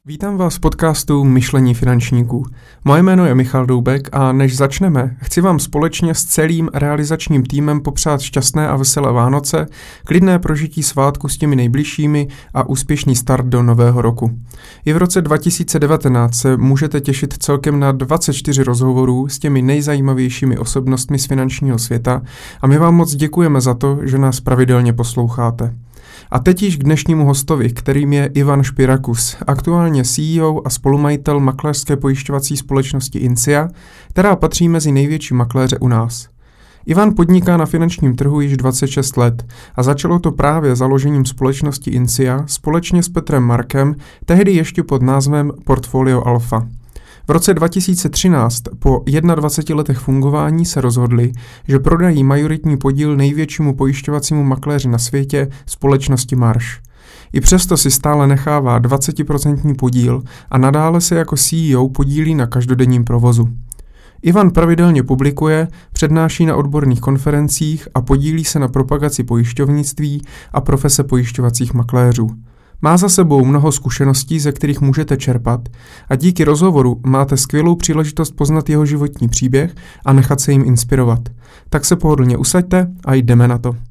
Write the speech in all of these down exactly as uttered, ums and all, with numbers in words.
Vítám vás v podcastu Myšlení finančníků. Moje jméno je Michal Doubek a než začneme, chci vám společně s celým realizačním týmem popřát šťastné a veselé Vánoce, klidné prožití svátku s těmi nejbližšími a úspěšný start do nového roku. I v roce dva tisíce devatenáct se můžete těšit celkem na dvacet čtyři rozhovorů s těmi nejzajímavějšími osobnostmi z finančního světa a my vám moc děkujeme za to, že nás pravidelně posloucháte. A teď již k dnešnímu hostovi, kterým je Ivan Špirakus, aktuálně C E O a spolumajitel makléřské pojišťovací společnosti Incia, která patří mezi největší makléře u nás. Ivan podniká na finančním trhu již dvacet šest let a začalo to právě založením společnosti Incia společně s Petrem Markem, tehdy ještě pod názvem Portfolio Alpha. V roce dva tisíce třináct po dvaceti letech fungování se rozhodli, že prodají majoritní podíl největšímu pojišťovacímu makléři na světě, společnosti Marsh. I přesto si stále nechává dvacetiprocentní podíl a nadále se jako C E O podílí na každodenním provozu. Ivan pravidelně publikuje, přednáší na odborných konferencích a podílí se na propagaci pojišťovnictví a profese pojišťovacích makléřů. Má za sebou mnoho zkušeností, ze kterých můžete čerpat a díky rozhovoru máte skvělou příležitost poznat jeho životní příběh a nechat se jim inspirovat. Tak se pohodlně usaďte a jdeme na to.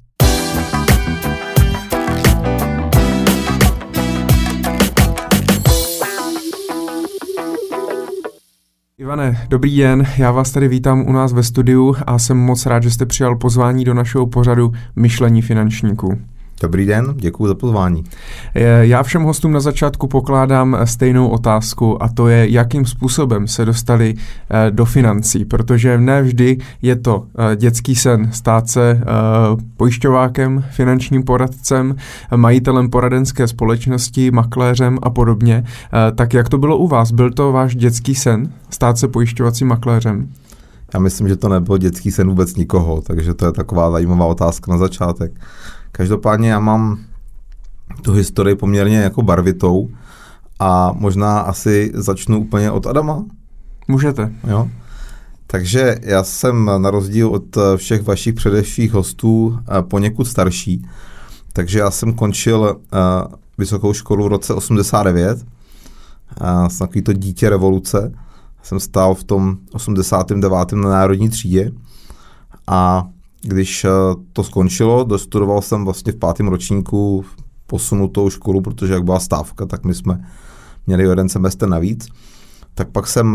Ivane, dobrý den, já vás tady vítám u nás ve studiu a jsem moc rád, že jste přijal pozvání do našeho pořadu Myšlení finančníků. Dobrý den, děkuji za pozvání. Já všem hostům na začátku pokládám stejnou otázku a to je, jakým způsobem se dostali do financí, protože ne vždy je to dětský sen stát se pojišťovákem, finančním poradcem, majitelem poradenské společnosti, makléřem a podobně. Tak jak to bylo u vás? Byl to váš dětský sen stát se pojišťovacím makléřem? Já myslím, že to nebyl dětský sen vůbec nikoho, takže to je taková zajímavá otázka na začátek. Každopádně já mám tu historii poměrně jako barvitou a možná asi začnu úplně od Adama. Můžete. Jo. Takže já jsem na rozdíl od všech vašich předešlých hostů poněkud starší, takže já jsem končil uh, vysokou školu v roce osmdesát devět, uh, jsem takový to dítě revoluce, jsem stál v tom osmdesátém devátém na národní třídě a když to skončilo, dostudoval jsem vlastně v pátém ročníku posunutou školu, protože jak byla stávka, tak my jsme měli jeden semestr navíc. Tak pak jsem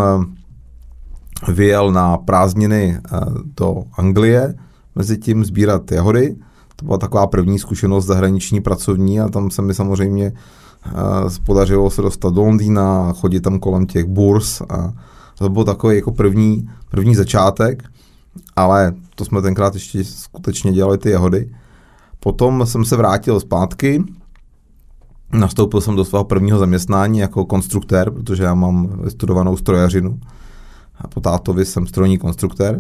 vyjel na prázdniny do Anglie, mezi tím sbírat jahody. To byla taková první zkušenost zahraniční pracovní a tam se mi samozřejmě podařilo se dostat do Londýna, chodit tam kolem těch burs a to byl takový jako první, první začátek. Ale to jsme tenkrát ještě skutečně dělali ty jahody. Potom jsem se vrátil zpátky, nastoupil jsem do svého prvního zaměstnání jako konstruktér, protože já mám studovanou strojařinu. A po tátovi jsem strojní konstruktér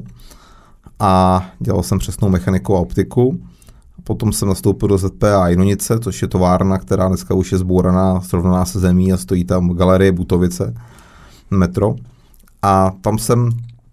a dělal jsem přesnou mechaniku a optiku. Potom jsem nastoupil do Z P A Jinonice, což je továrna, která dneska už je zbouraná, srovnaná se zemí a stojí tam galerie Butovice, metro. A tam jsem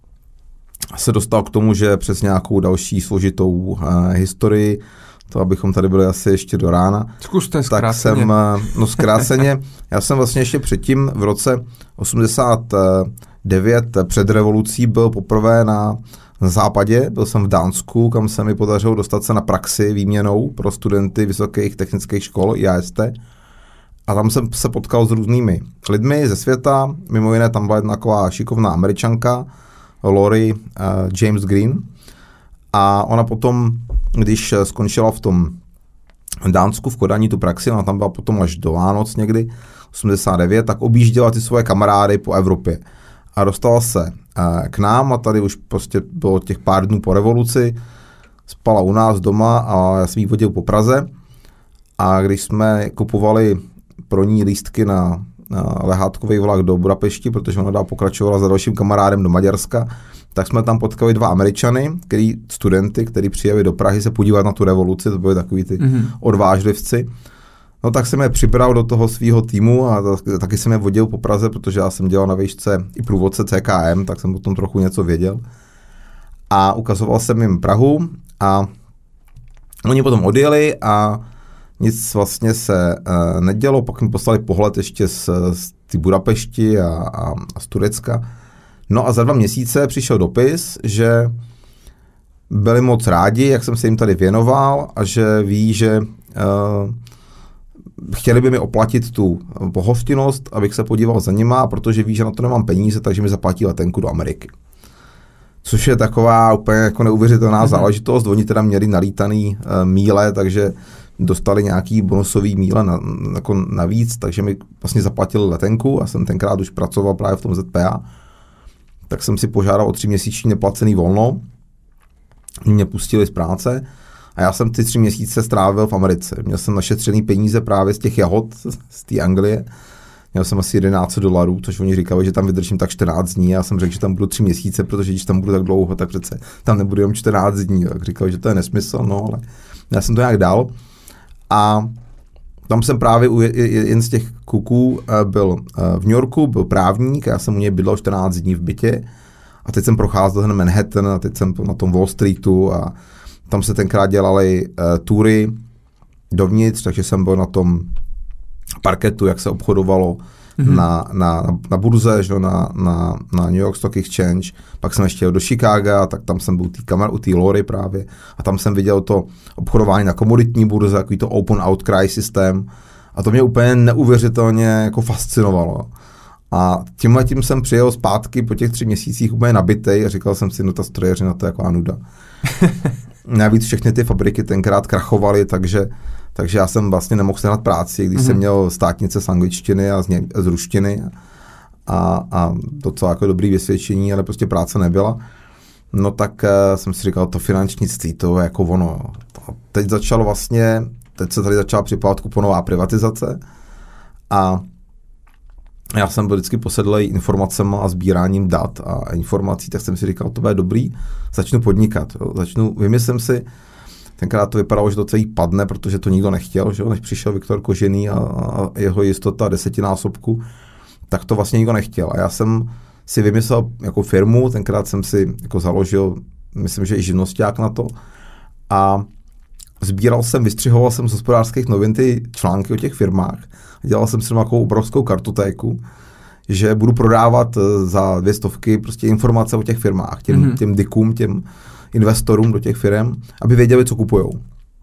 se dostal k tomu, že přes nějakou další složitou uh, historii, to abychom tady byli asi ještě do rána. Zkuste zkráceně. Tak jsem, uh, no zkráceně, já jsem vlastně ještě předtím v roce osmdesát devět před revolucí byl poprvé na, na západě, byl jsem v Dánsku, kam se mi podařilo dostat se na praxi výměnou pro studenty vysokých technických škol, I A S T. A tam jsem se potkal s různými lidmi ze světa, mimo jiné tam byla jedna taková šikovná Američanka, Lori uh, James Green a ona potom, když skončila v tom Dánsku v Kodani tu praxi, ona tam byla potom až do Vánoc někdy, osmdesát devět, tak objížděla ty svoje kamarády po Evropě a dostala se uh, k nám a tady už prostě bylo těch pár dnů po revoluci, spala u nás doma a já jsem jí vodil po Praze a když jsme kupovali pro ní lístky na lehátkový vlak do Budapešti, protože ona dál pokračovala za dalším kamarádem do Maďarska, tak jsme tam potkali dva Američany, který, studenty, kteří přijeli do Prahy se podívat na tu revoluci, to byli takový ty mm-hmm. odvážlivci. No tak jsem je přibral do toho svého týmu a taky jsem je vodil po Praze, protože já jsem dělal na výšce i průvodce C K M, tak jsem o tom trochu něco věděl. A ukazoval jsem jim Prahu a oni potom odjeli a nic vlastně se uh, nedělo, pak mi poslali pohled ještě z, z té Budapešti a, a, a z Turecka. No a za dva měsíce přišel dopis, že byli moc rádi, jak jsem se jim tady věnoval a že ví, že uh, chtěli by mi oplatit tu pohostinnost, abych se podíval za nima, protože ví, že na to nemám peníze, takže mi zaplatí letenku do Ameriky. Což je taková úplně jako neuvěřitelná mm-hmm. záležitost. Oni teda měli nalítaný uh, míle, takže dostali nějaký bonusový míle na, jako navíc, takže mi vlastně zaplatili letenku a jsem tenkrát už pracoval právě v tom Z P A. Tak jsem si požádal o tříměsíční neplacený volno. Mě pustili z práce a já jsem ty tři měsíce strávil v Americe. Měl jsem našetřený peníze právě z těch jahod z té Anglie. Měl jsem asi jedenáct dolarů, což oni říkali, že tam vydržím tak čtrnáct dní. Já jsem řekl, že tam budu tři měsíce, protože když tam budu tak dlouho, tak přece tam nebudu jenom čtrnáct dní. Tak říkal, že to je nesmysl, no ale já jsem to nějak dal. A tam jsem právě u jen z těch kuků byl v New Yorku, byl právník, já jsem u něj bydlel čtrnáct dní v bytě a teď jsem procházel ten Manhattan a teď jsem na tom Wall Streetu a tam se tenkrát dělaly uh, tury dovnitř, takže jsem byl na tom parketu, jak se obchodovalo mm-hmm. na, na, na burze, že, na, na, na New York Stock Exchange, pak jsem ještě jel do Chicaga, tak tam jsem byl tý kamer, u té Lory právě a tam jsem viděl to obchodování na komoditní burze, takový to open outcry systém a to mě úplně neuvěřitelně jako fascinovalo. A tímhle tím jsem přijel zpátky po těch tři měsících úplně nabitej a říkal jsem si, no ta strojařina to je jako nuda. Navíc všechny ty fabriky tenkrát krachovaly, takže, takže já jsem vlastně nemohl sehnat práci, když mm-hmm. jsem měl státnice z angličtiny a z, ně, z ruštiny a, a docela jako dobrý vysvědčení, ale prostě práce nebyla. No tak uh, jsem si říkal, to finančnictví, to je jako ono. A teď začalo vlastně, teď se tady začala připravovat kuponová privatizace a já jsem byl vždycky posedlej informacemi a sbíráním dat a informací, tak jsem si říkal, to bude dobrý, začnu podnikat. Jo. Začnu, vymyslím si, tenkrát to vypadalo, že to celý padne, protože to nikdo nechtěl, že jo. Než přišel Viktor Kožený a, a jeho jistota desetinásobku, tak to vlastně nikdo nechtěl. A já jsem si vymyslel jako firmu, tenkrát jsem si jako založil, myslím, že i živnosťák na to a sbíral jsem, vystřihoval jsem z Hospodářských novin ty články o těch firmách. Dělal jsem si takovou obrovskou kartotéku, že budu prodávat za dvě stovky prostě informace o těch firmách, těm, mm-hmm. těm dikům, těm investorům do těch firm, aby věděli, co kupujou.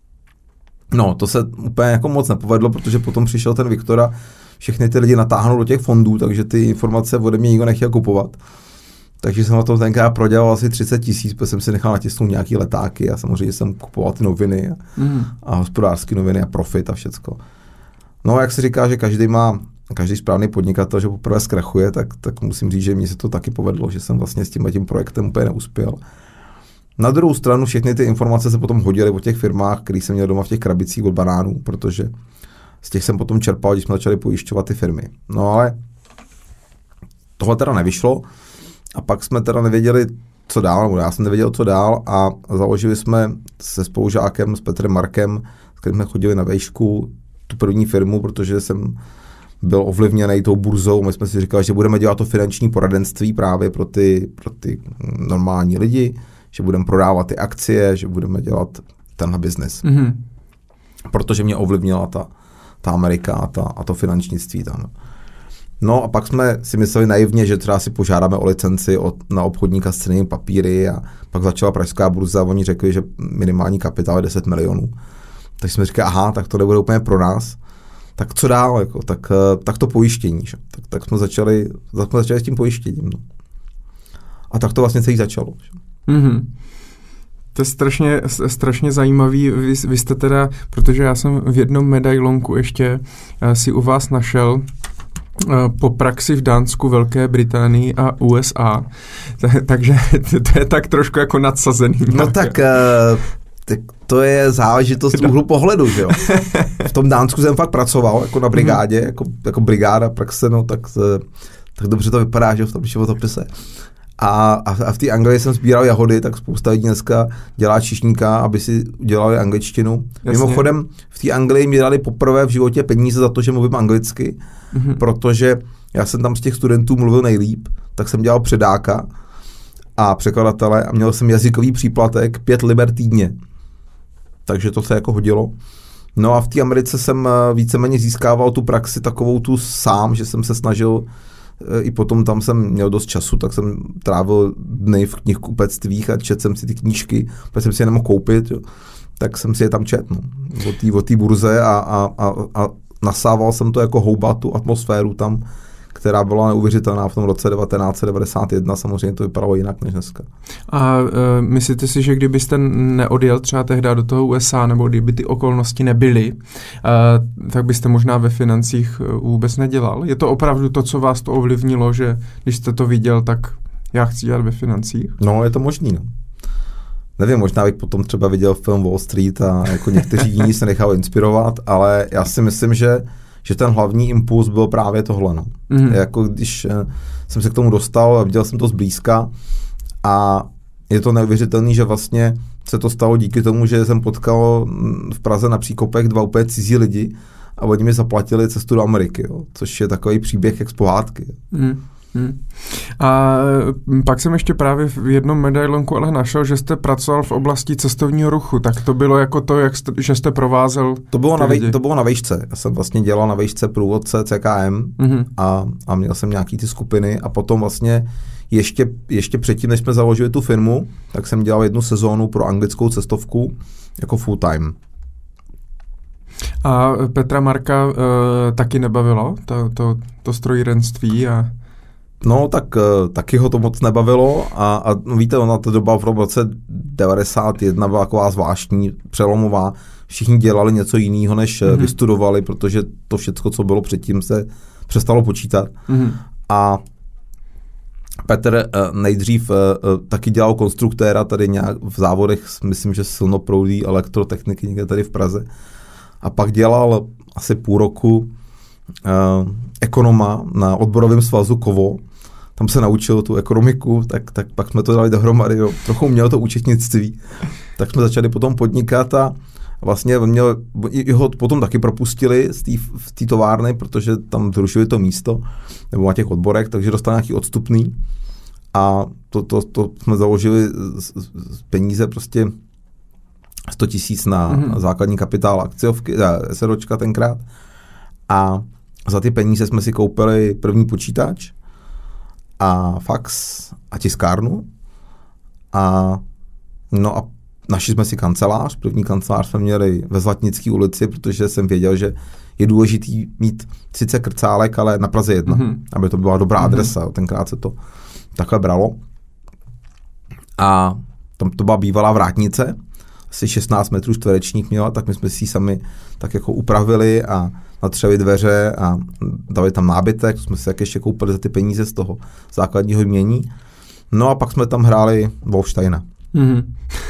No, to se úplně jako moc nepovedlo, protože potom přišel ten Viktor a všechny ty lidi natáhnul do těch fondů, takže ty informace ode mě nikdo nechtěl kupovat. Takže jsem na tom tenkrát prodělal asi třicet tisíc, protože jsem si nechal natisnout nějaký letáky a samozřejmě jsem kupoval ty noviny a, mm. a hospodářské noviny a Profit a všecko. No, jak se říká, že každý má, každý správný podnikatel, že poprvé zkrachuje, tak, tak musím říct, že mně se to taky povedlo, že jsem vlastně s tím tím projektem úplně neuspěl. Na druhou stranu všechny ty informace se potom hodily o těch firmách, které jsem měl doma v těch krabicích od banánů, protože z těch jsem potom čerpal, když jsme začali pojišťovat ty firmy. No ale tohle teda nevyšlo a pak jsme teda nevěděli, co dál, nebo já jsem nevěděl, co dál a založili jsme se spolužákem, s Petrem Markem, s kterým jsme chodili na vejšku, tu první firmu, protože jsem byl ovlivněný tou burzou. My jsme si říkali, že budeme dělat to finanční poradenství právě pro ty, pro ty normální lidi, že budeme prodávat ty akcie, že budeme dělat tenhle biznes. Mm-hmm. Protože mě ovlivnila ta, ta Amerika a, ta, a to finančnictví tam. No a pak jsme si mysleli naivně, že třeba si požádáme o licenci od, na obchodníka s cennými papíry a pak začala pražská burza a oni řekli, že minimální kapitál je deset milionů. Takže jsme říkali, aha, tak to nebude úplně pro nás. Tak co dál, jako, tak, tak to pojištění. Že? Tak, tak, jsme začali, tak jsme začali s tím pojištěním. No. A tak to vlastně celý začalo. Mm-hmm. To je strašně, strašně zajímavý. Vy, vy jste teda, protože já jsem v jednom medailonku ještě uh, si u vás našel uh, po praxi v Dánsku, Velké Británii a U S A. T- takže to je tak trošku jako nadsazený. No tak... Uh... Tak to je záležitost z úhlu pohledu, že jo. V tom Dánsku jsem fakt pracoval, jako na brigádě, jako, jako brigáda praxe, no, tak, tak dobře to vypadá, že v tom životopise. A, a v té Anglii jsem sbíral jahody, tak spousta lidí dneska dělá čišníka, aby si udělali angličtinu. Jasně. Mimochodem, v té Anglii mi dali poprvé v životě peníze za to, že mluvím anglicky, mm-hmm. protože já jsem tam z těch studentů mluvil nejlíp, tak jsem dělal předáka a překladatele a měl jsem jazykový příplatek pět liber týdně. Takže to se jako hodilo. No a v té Americe jsem víceméně získával tu praxi takovou tu sám, že jsem se snažil, i potom tam jsem měl dost času, tak jsem trávil dny v knihkupectvích a četl jsem si ty knížky, protože jsem si je nemohl koupit, jo. Tak jsem si je tam četl, no, o té burze a, a, a, a nasával jsem to jako houba, tu atmosféru tam, která byla neuvěřitelná v tom roce devatenáct set devadesát jedna, samozřejmě to vypadalo jinak než dneska. A uh, myslíte si, že kdybyste neodjel třeba tehdy do toho U S A, nebo kdyby ty okolnosti nebyly, uh, tak byste možná ve financích vůbec nedělal? Je to opravdu to, co vás to ovlivnilo, že když jste to viděl, tak já chci dělat ve financích? No, je to možný, no. Nevím, možná bych potom třeba viděl film Wall Street a jako někteří jiní se nechali inspirovat, ale já si myslím, že že ten hlavní impuls byl právě tohle. No. Mm. Jako když jsem se k tomu dostal a viděl jsem to zblízka a je to neuvěřitelný, že vlastně se to stalo díky tomu, že jsem potkal v Praze na Příkopech dva úplně cizí lidi a oni mi zaplatili cestu do Ameriky, jo, což je takový příběh jak z pohádky. Mm. Hmm. A pak jsem ještě právě v jednom medailonku ale našel, že jste pracoval v oblasti cestovního ruchu, tak to bylo jako to, jak jste, že jste provázel to bylo, na vej, to bylo na vejšce, já jsem vlastně dělal na vejšce průvodce C K M mm-hmm. a, a měl jsem nějaký ty skupiny a potom vlastně ještě, ještě předtím, než jsme založili tu firmu, tak jsem dělal jednu sezónu pro anglickou cestovku jako full time. A Petra Marka uh, taky nebavilo, to, to, to strojírenství a... No, tak uh, taky ho to moc nebavilo a, a no, víte, ona ta doba v roce devadesát jedna byla taková zvláštní, přelomová. Všichni dělali něco jiného, než mm-hmm. vystudovali, protože to všecko, co bylo předtím, se přestalo počítat. Mm-hmm. A Petr uh, nejdřív uh, taky dělal konstruktéra tady nějak v závodech, myslím, že silnoproudý elektrotechniky někde tady v Praze. A pak dělal asi půl roku uh, ekonoma na odborovém svazu Kovo. Tam se naučil tu ekonomiku, tak, tak pak jsme to dali dohromady. Jo. Trochu měl to účetnictví. Tak jsme začali potom podnikat a vlastně měl, jeho potom taky propustili z té továrny, protože tam zrušili to místo, nebo na těch odborech, takže dostal nějaký odstupný. A to, to, to jsme založili z, z peníze prostě sto tisíc na mm-hmm. základní kapitál akciovky, SROčka tenkrát. A za ty peníze jsme si koupili první počítač a fax a tiskárnu. A no a našli jsme si kancelář. První kancelář jsme měli ve Zlatnické ulici, protože jsem věděl, že je důležitý mít sice krcálek, ale na Praze jedna, mm-hmm. aby to byla dobrá adresa. Mm-hmm. Tenkrát se to takhle bralo. A tam to byla bývalá vrátnice, asi šestnáct metrů čtverečních měla, tak my jsme si ji sami tak jako upravili a natřeli dveře a dali tam nábytek, jsme si tak ještě koupili za ty peníze z toho základního jmění. No a pak jsme tam hráli Wolfsteina. Mm-hmm.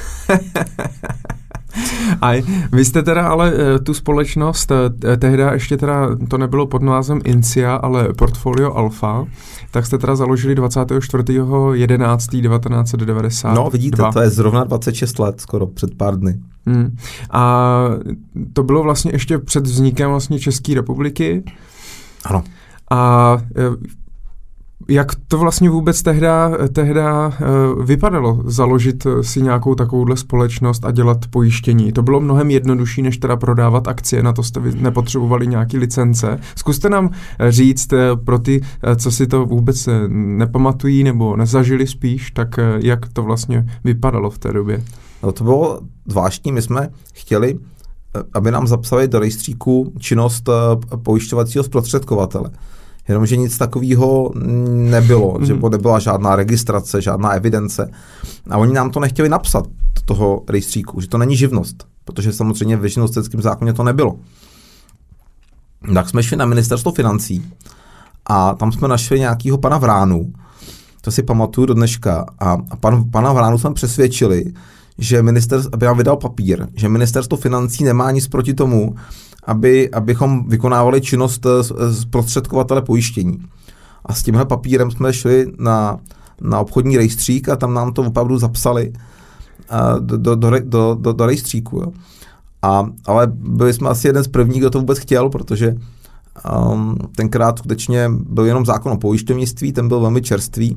A vy jste teda ale tu společnost, tehdy ještě teda to nebylo pod názvem Incia, ale Portfolio Alfa, tak jste teda založili dvacátého čtvrtého jedenáctého devatenáct set devadesát dva. No vidíte, to je zrovna dvacet šest let, skoro před pár dny. Hmm. A to bylo vlastně ještě před vznikem vlastně České republiky. Ano. A jak to vlastně vůbec tehda, tehda uh, vypadalo, založit si nějakou takovouhle společnost a dělat pojištění? To bylo mnohem jednodušší, než teda prodávat akcie, na to jste nepotřebovali nějaký licence. Zkuste nám říct uh, pro ty, uh, co si to vůbec nepamatují nebo nezažili spíš, tak uh, jak to vlastně vypadalo v té době? No to bylo zvláštní, my jsme chtěli, aby nám zapsali do rejstříku činnost uh, pojišťovacího zprostředkovatele. Jenomže nic takového nebylo, mm. že nebyla žádná registrace, žádná evidence. A oni nám to nechtěli napsat do toho rejstříku, že to není živnost, protože samozřejmě ve živnostenském zákoně to nebylo. Tak jsme šli na ministerstvo financí a tam jsme našli nějakého pana Vránu, to si pamatuju do dneška, a, a pan, pana Vránu jsme přesvědčili, že ministerstvo, aby nám vydal papír, že ministerstvo financí nemá nic proti tomu, aby, abychom vykonávali činnost zprostředkovatele pojištění. A s tímhle papírem jsme šli na, na obchodní rejstřík a tam nám to opravdu zapsali do, do, do, do, do, do rejstříku. Jo. A, ale byli jsme asi jeden z prvních, kdo to vůbec chtěl, protože um, tenkrát skutečně byl jenom zákon o pojišťovnictví, ten byl velmi čerstvý.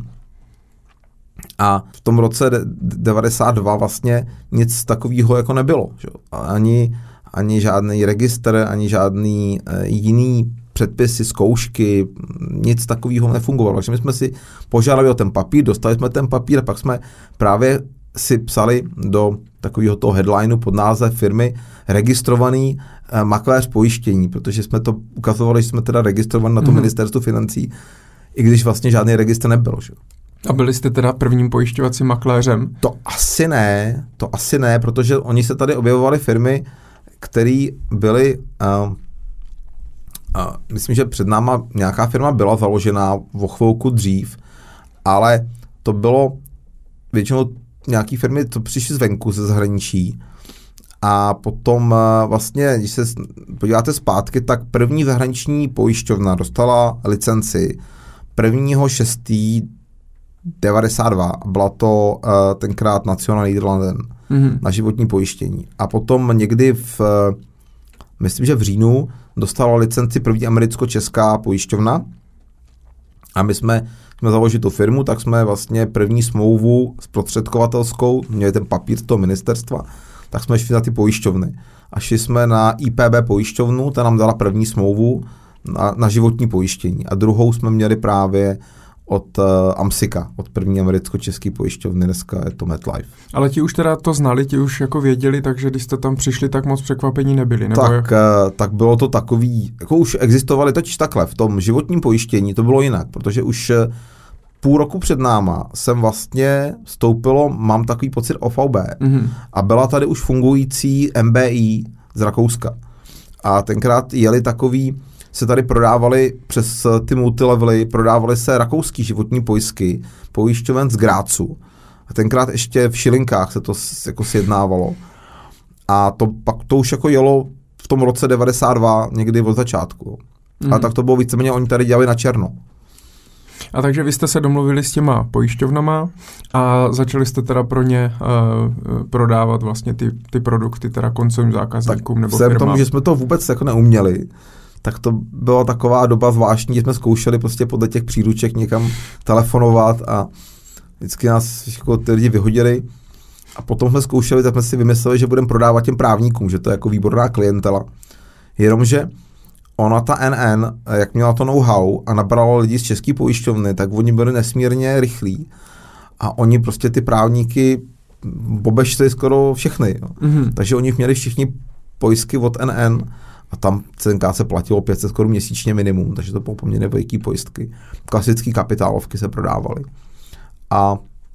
A v tom roce devadesát dva vlastně nic takového jako nebylo. Že? Ani ani žádný registr, ani žádný uh, jiný předpisy, zkoušky, nic takového nefungovalo. Takže my jsme si požádali o ten papír, dostali jsme ten papír a pak jsme právě si psali do takového toho headlineu pod název firmy registrovaný uh, makléř pojištění, protože jsme to ukazovali, že jsme teda registrovaní na to mm-hmm. ministerstvu financí, i když vlastně žádný registr nebyl. Že? A byli jste teda prvním pojišťovacím makléřem? To asi ne, to asi ne, protože oni se tady objevovali firmy, které byly, uh, uh, myslím, že před náma nějaká firma byla založená o chvilku dřív, ale to bylo většinou nějaký firmy, co přišly zvenku ze zahraničí. A potom uh, vlastně, když se podíváte zpátky, tak první zahraniční pojišťovna dostala licenci prvního šestého devadesát dva. Byla to uh, tenkrát National Nederlanden mm-hmm. na životní pojištění. A potom někdy v, uh, myslím, že v říjnu dostala licenci první americko-česká pojišťovna. A my jsme, jsme založili tu firmu, tak jsme vlastně první smlouvu zprostředkovatelskou, měli ten papír z toho ministerstva, tak jsme šli na ty pojišťovny. A šli jsme na I P B pojišťovnu, ta nám dala první smlouvu na, na životní pojištění. A druhou jsme měli právě od uh, Amsika, od první americko-české pojišťovny, dneska je to MetLife. Ale ti už teda to znali, ti už jako věděli, takže když jste tam přišli, tak moc překvapení nebyli, nebo tak, jak? uh, tak bylo to takový, jako už existovali totiž takhle, v tom životním pojištění to bylo jinak, protože už uh, půl roku před náma jsem vlastně vstoupilo, mám takový pocit O V B mm-hmm. a byla tady už fungující M B I z Rakouska. A tenkrát jeli takový, se tady prodávali přes ty multilevely, prodávali se rakouský životní pojistky, pojišťoven z Grácu. A tenkrát ještě v šilinkách se to jako sjednávalo. A to pak to už jako jelo v tom roce devadesát dva, někdy od začátku. Mm. A tak to bylo víceméně, oni tady dělali na černo. A takže vy jste se domluvili s těma pojišťovnama a začali jste teda pro ně uh, prodávat vlastně ty, ty produkty teda koncovým zákazníkům tak nebo firmám. Tomu, že jsme to vůbec jako neuměli, tak to byla taková doba zvláštní, že jsme zkoušeli prostě podle těch příruček někam telefonovat a vždycky nás jako ty lidi vyhodili. A potom jsme zkoušeli, tak jsme si vymysleli, že budeme prodávat těm právníkům, že to je jako výborná klientela. Jenomže ona, ta N N, jak měla to know-how a nabrala lidi z české pojišťovny, tak oni byli nesmírně rychlí. A oni prostě ty právníky obešli skoro všechny. Mm-hmm. Takže oni měli všichni pojistky od N N a tam tenkrát se platilo pět set korun měsíčně minimum, takže to bylo poměrně veliký pojistky. Klasické kapitálovky se prodávaly. A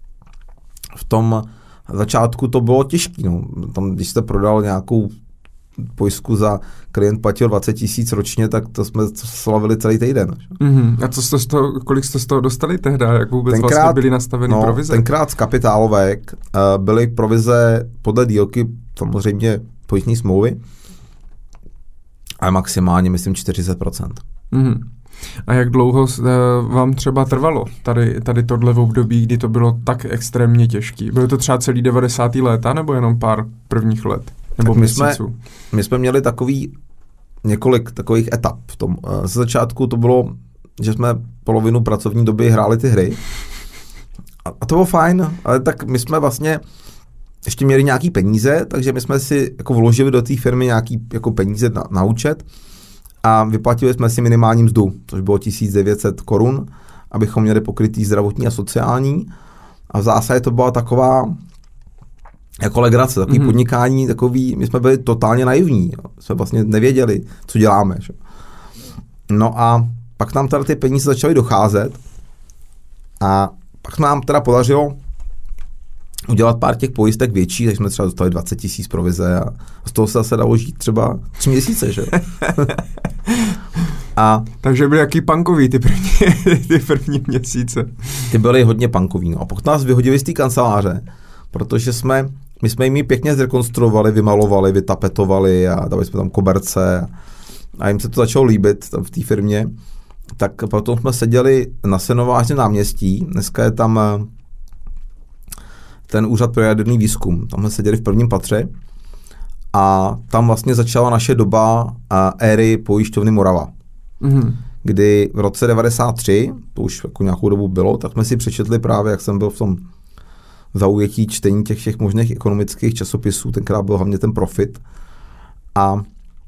v tom začátku to bylo těžké. No. Tam, když jste prodal nějakou pojistku za klient platil dvacet tisíc ročně, tak to jsme slavili celý týden. Mm-hmm. A co jste z toho, kolik jste z toho dostali tehdy? Jak vůbec tenkrát, vlastně byly nastaveny no, provize? Tenkrát z kapitálovek uh, byly provize podle dílky, samozřejmě pojistní smlouvy, ale maximálně, myslím, čtyřicet procent. Mm-hmm. A jak dlouho uh, vám třeba trvalo tady, tady tohle v období, kdy to bylo tak extrémně těžké? Bylo to třeba celý devadesátá léta nebo jenom pár prvních let? Nebo my jsme, my jsme měli takový několik takových etap v tom. Z začátku to bylo, že jsme polovinu pracovní doby hráli ty hry. A, a to bylo fajn, ale tak my jsme vlastně ještě měli nějaký peníze, takže my jsme si jako vložili do té firmy nějaký jako peníze na, na účet a vyplatili jsme si minimální mzdu, což bylo tisíc devět set korun, abychom měli pokrytý zdravotní a sociální. A v zásadě to byla taková jako legrace, takový mm-hmm. podnikání, takový, my jsme byli totálně naivní, jo. Jsme vlastně nevěděli, co děláme. Že? No a pak nám teda ty peníze začaly docházet a pak jsme nám teda podařilo udělat pár těch pojistek větší, takže jsme třeba dostali dvacet tisíc provize a z toho se zase dalo žít třeba tři měsíce, že? A takže byly jaký punkový ty první, ty první měsíce. Ty byly hodně punkový, no a pokud nás vyhodili z té kanceláře, protože jsme, my jsme jim ji pěkně zrekonstruovali, vymalovali, vytapetovali a dali jsme tam koberce a jim se to začalo líbit tam v té firmě, tak potom jsme seděli na Senovážném náměstí, dneska je tam ten úřad pro jaderný výzkum, tam jsme seděli v prvním patře a tam vlastně začala naše doba éry pojišťovny Morava, mm-hmm. kdy v roce devadesát tři, to už jako nějakou dobu bylo, tak jsme si přečetli právě, jak jsem byl v tom zaujetí čtení těch všech možných ekonomických časopisů, tenkrát byl hlavně ten Profit. a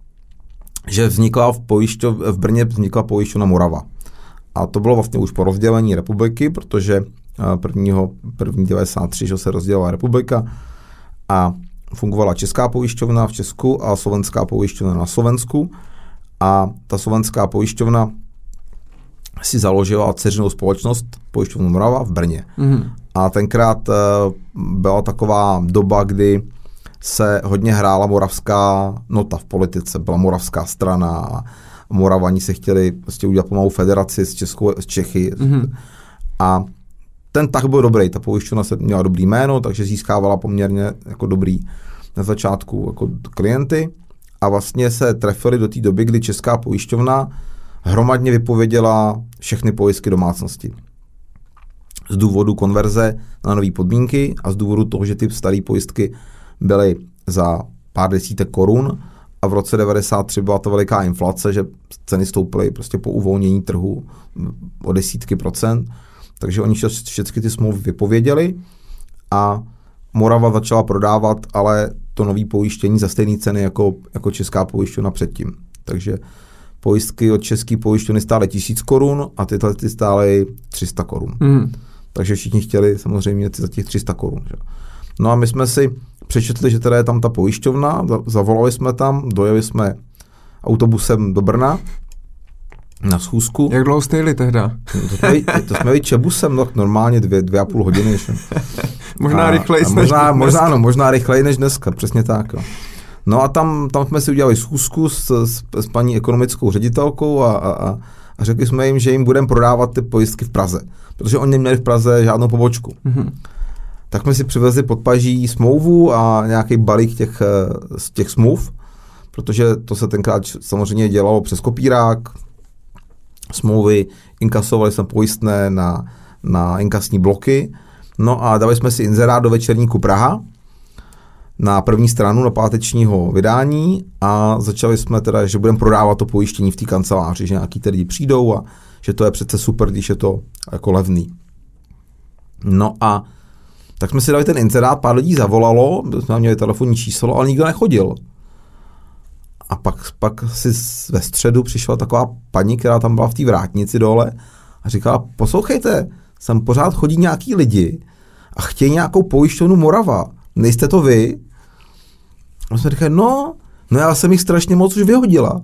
že vznikla v, pojišťov, v Brně vznikla pojišťovna Morava. A to bylo vlastně už po rozdělení republiky, protože prvního, první devadesát tři, že se rozdělila republika a fungovala česká pojišťovna v Česku a slovenská pojišťovna na Slovensku. A ta slovenská pojišťovna si založila dceřinou společnost pojišťovnu Morava v Brně. Mm. A tenkrát uh, byla taková doba, kdy se hodně hrála moravská nota v politice. Byla moravská strana a Moravani se chtěli prostě udělat pomalu federaci s, Českou, s Čechy. Mm. A ten tah byl dobrý. Ta pojišťovna se měla dobrý jméno, takže získávala poměrně jako dobrý na začátku jako klienty. A vlastně se trefili do té doby, kdy česká pojišťovna hromadně vypověděla všechny pojistky domácnosti. Z důvodu konverze na nové podmínky a z důvodu toho, že ty staré pojistky byly za pár desítek korun a v roce devadesát tři byla to veliká inflace, že ceny stouply prostě po uvolnění trhu o desítky procent, takže oni všechny ty smlouvy vypověděli a Morava začala prodávat, ale to nový pojištění za stejné ceny jako, jako česká pojišťovna předtím. Takže pojistky od české pojišťovny stály tisíc korun a tyhle ty stály tři sta korun. Mm. Takže všichni chtěli samozřejmě za těch tři sta korun. Že? No a my jsme si přečetli, že teda je tam ta pojišťovna, zavolali jsme tam, dojeli jsme autobusem do Brna na schůzku. Jak dlouho jste jeli tehda? To jsme, to jsme jeli čebusem, no, normálně dvě, dvě a půl hodiny. možná rychleji než možná, možná, no, možná rychleji než dneska, přesně tak. Jo. No a tam, tam jsme si udělali schůzku s, s, s paní ekonomickou ředitelkou a, a, a řekli jsme jim, že jim budeme prodávat ty pojistky v Praze, protože oni neměli v Praze žádnou pobočku. Mm-hmm. Tak jsme si přivezli pod paží smlouvu a nějaký balík těch, těch smluv, protože to se tenkrát samozřejmě dělalo přes kopírák, smlouvy, inkasovali jsme pojistné na, na inkasní bloky, no a dali jsme si inzerát do Večerníku Praha na první stranu na pátečního vydání a začali jsme teda, že budeme prodávat to pojištění v té kanceláři, že nějaký ty lidi přijdou a že to je přece super, když je to jako levný. No a tak jsme si dali ten inzerát, pár lidí zavolalo, jsme měli telefonní číslo, ale nikdo nechodil. A pak, pak si ve středu přišla taková paní, která tam byla v té vrátnici dole a říkala, poslouchejte, sem pořád chodí nějaký lidi a chtějí nějakou pojišťovnu Morava. Nejste to vy? A jsme říkali, no, no já jsem jich strašně moc už vyhodila.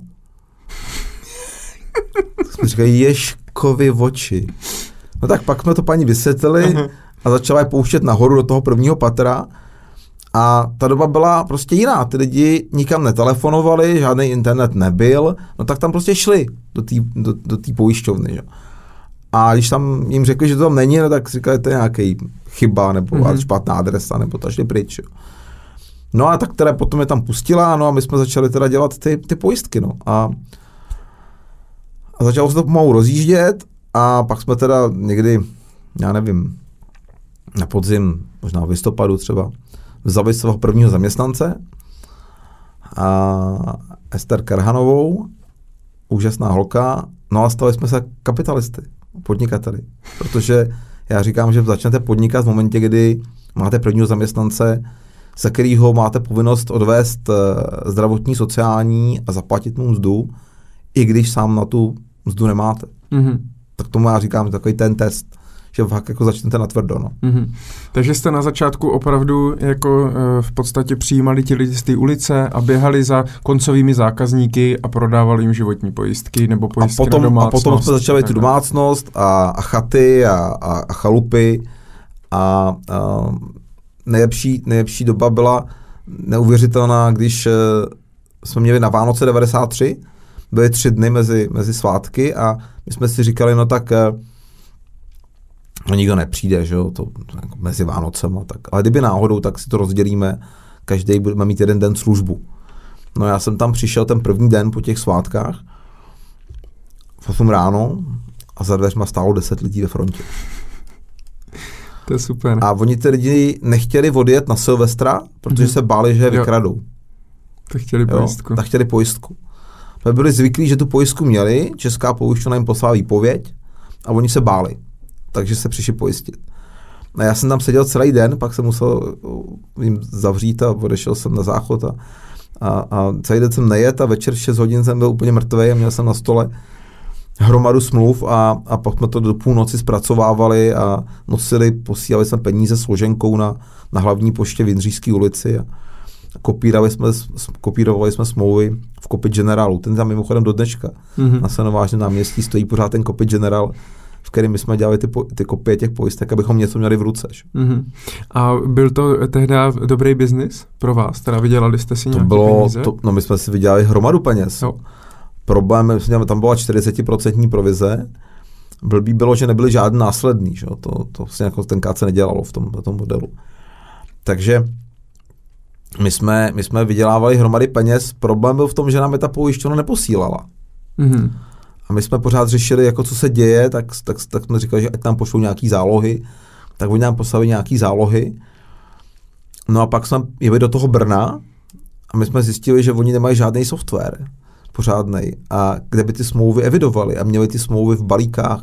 Tak jsme říkali, Ježkovi oči. No tak pak jsme to paní vysvětlili a začala je pouštět nahoru do toho prvního patra. A ta doba byla prostě jiná. Ty lidi nikam netelefonovali, žádný internet nebyl, no tak tam prostě šli do té do, do pojišťovny. Že? A když tam jim řekli, že to tam není, no tak říkali, to je nějaký chyba, nebo mm-hmm. špatná adresa, nebo to šli pryč. Jo? No a tak teda potom je tam pustila, no a my jsme začali teda dělat ty, ty pojistky, no. A, a začalo se to pomalu rozjíždět a pak jsme teda někdy, já nevím, na podzim, možná v listopadu třeba, vzali svého prvního zaměstnance a Ester Karhanovou, úžasná holka, no a stali jsme se kapitalisty, podnikateli, protože já říkám, že začnete podnikat v momentě, kdy máte prvního zaměstnance, za kterýho máte povinnost odvést zdravotní, sociální a zaplatit mu mzdu, i když sám na tu mzdu nemáte. Mm-hmm. Tak tomu já říkám, takový ten test, že fakt jako začnete natvrdo. No. Mm-hmm. Takže jste na začátku opravdu jako v podstatě přijímali ti lidi z té ulice a běhali za koncovými zákazníky a prodávali jim životní pojistky nebo pojistky a potom, na domácnost. A potom jsme začali tu domácnost a, a chaty a, a, a chalupy a, a nejlepší, nejlepší doba byla neuvěřitelná, když jsme měli na Vánoce devadesát tři, byly tři dny mezi, mezi svátky a my jsme si říkali, no tak no nikdo nepřijde, že jo, to jako mezi Vánocema, tak, ale kdyby náhodou, tak si to rozdělíme, každý budeme mít jeden den službu. No já jsem tam přišel ten první den po těch svátkách, v osm ráno a za dveřma stálo deset lidí ve frontě. To je super. A oni ty lidi nechtěli odjet na Silvestra, protože mm. se báli, že je vykradou. Tak chtěli pojistku. Jo, tak chtěli pojistku. Tak byli zvyklí, že tu pojistku měli, česká pojišťovna jim poslala výpověď a oni se báli. Takže se přišli pojistit. A já jsem tam seděl celý den, pak jsem musel jim zavřít a odešel jsem na záchod a, A, a celý den jsem nejet a večer v šest hodin jsem byl úplně mrtvej a měl jsem na stole hromadu smluv a, a pak jsme to do půlnoci zpracovávali a nosili, posílali jsme peníze složenkou na, na hlavní poště v Jindřišské ulici a kopírovali jsme, kopírovali jsme smlouvy v Copy Generalu. Ten tam mimochodem do dneška. Mm-hmm. Na Stanovážném náměstí stojí pořád ten Copy General, v kterém my jsme dělali ty, ty kopie těch pojistek, abychom něco měli v ruce. Mm-hmm. A byl to tehdy dobrý biznis pro vás? Teda vydělali jste si to nějaké bylo, peníze? To, no my jsme si vydělali hromadu peněz. Jo. Problém, tam byla čtyřicet procent provize. Blbý bylo, že nebyly žádný následný. Že? To, to vlastně jako tenkrát se nedělalo v tom, v tom modelu. Takže my jsme, my jsme vydělávali hromady peněz. Problém byl v tom, že nám je ta pojišťovna neposílala. Mm-hmm. A my jsme pořád řešili, jako co se děje, tak, tak, tak jsme říkali, že ať nám pošlou nějaký zálohy. Tak oni nám poslali nějaký zálohy. No a pak jsme jeli do toho Brna a my jsme zjistili, že oni nemají žádný software pořádnej, a kde by ty smlouvy evidovali a měli ty smlouvy v balíkách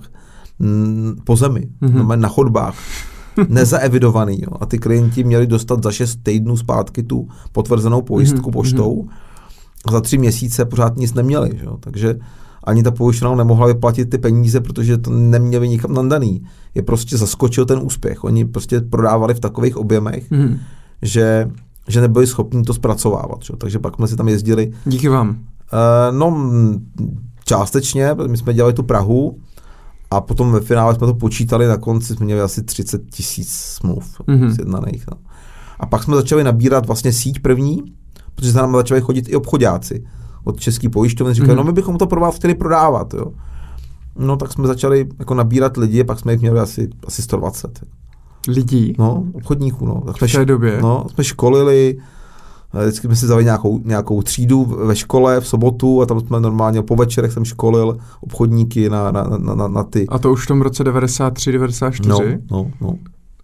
m, po zemi, mm-hmm. na chodbách, nezaevidovaný. Jo. A ty klienti měli dostat za šest týdnů zpátky tu potvrzenou pojistku mm-hmm. poštou a za tři měsíce pořád nic neměli. Jo. Takže ani ta pojišťovna nemohla vyplatit ty peníze, protože to neměli nikam nadaný. Je prostě zaskočil ten úspěch. Oni prostě prodávali v takových objemech, mm-hmm. že, že nebyli schopni to zpracovávat. Jo. Takže pak jsme si tam jezdili. Díky vám. Uh, no, částečně, my jsme dělali tu Prahu a potom ve finále jsme to počítali, na konci jsme měli asi třicet tisíc smluv mm-hmm. sjednaných. No. A pak jsme začali nabírat vlastně síť první, protože za námi začali chodit i obchodáci od České pojišťovny, říkali, mm-hmm. no my bychom to pro vás chtěli prodávat. Jo. No tak jsme začali jako nabírat lidi, pak jsme jich měli asi, asi sto dvacet. Lidí? No, obchodníků. No. Tak v té době? No, jsme školili. Vždycky jsme si vzali nějakou, nějakou třídu ve škole v sobotu a tam jsme normálně po večerech jsem školil obchodníky na, na, na, na, na ty. A to už v tom roce devadesát tři devadesát čtyři? No, no, no.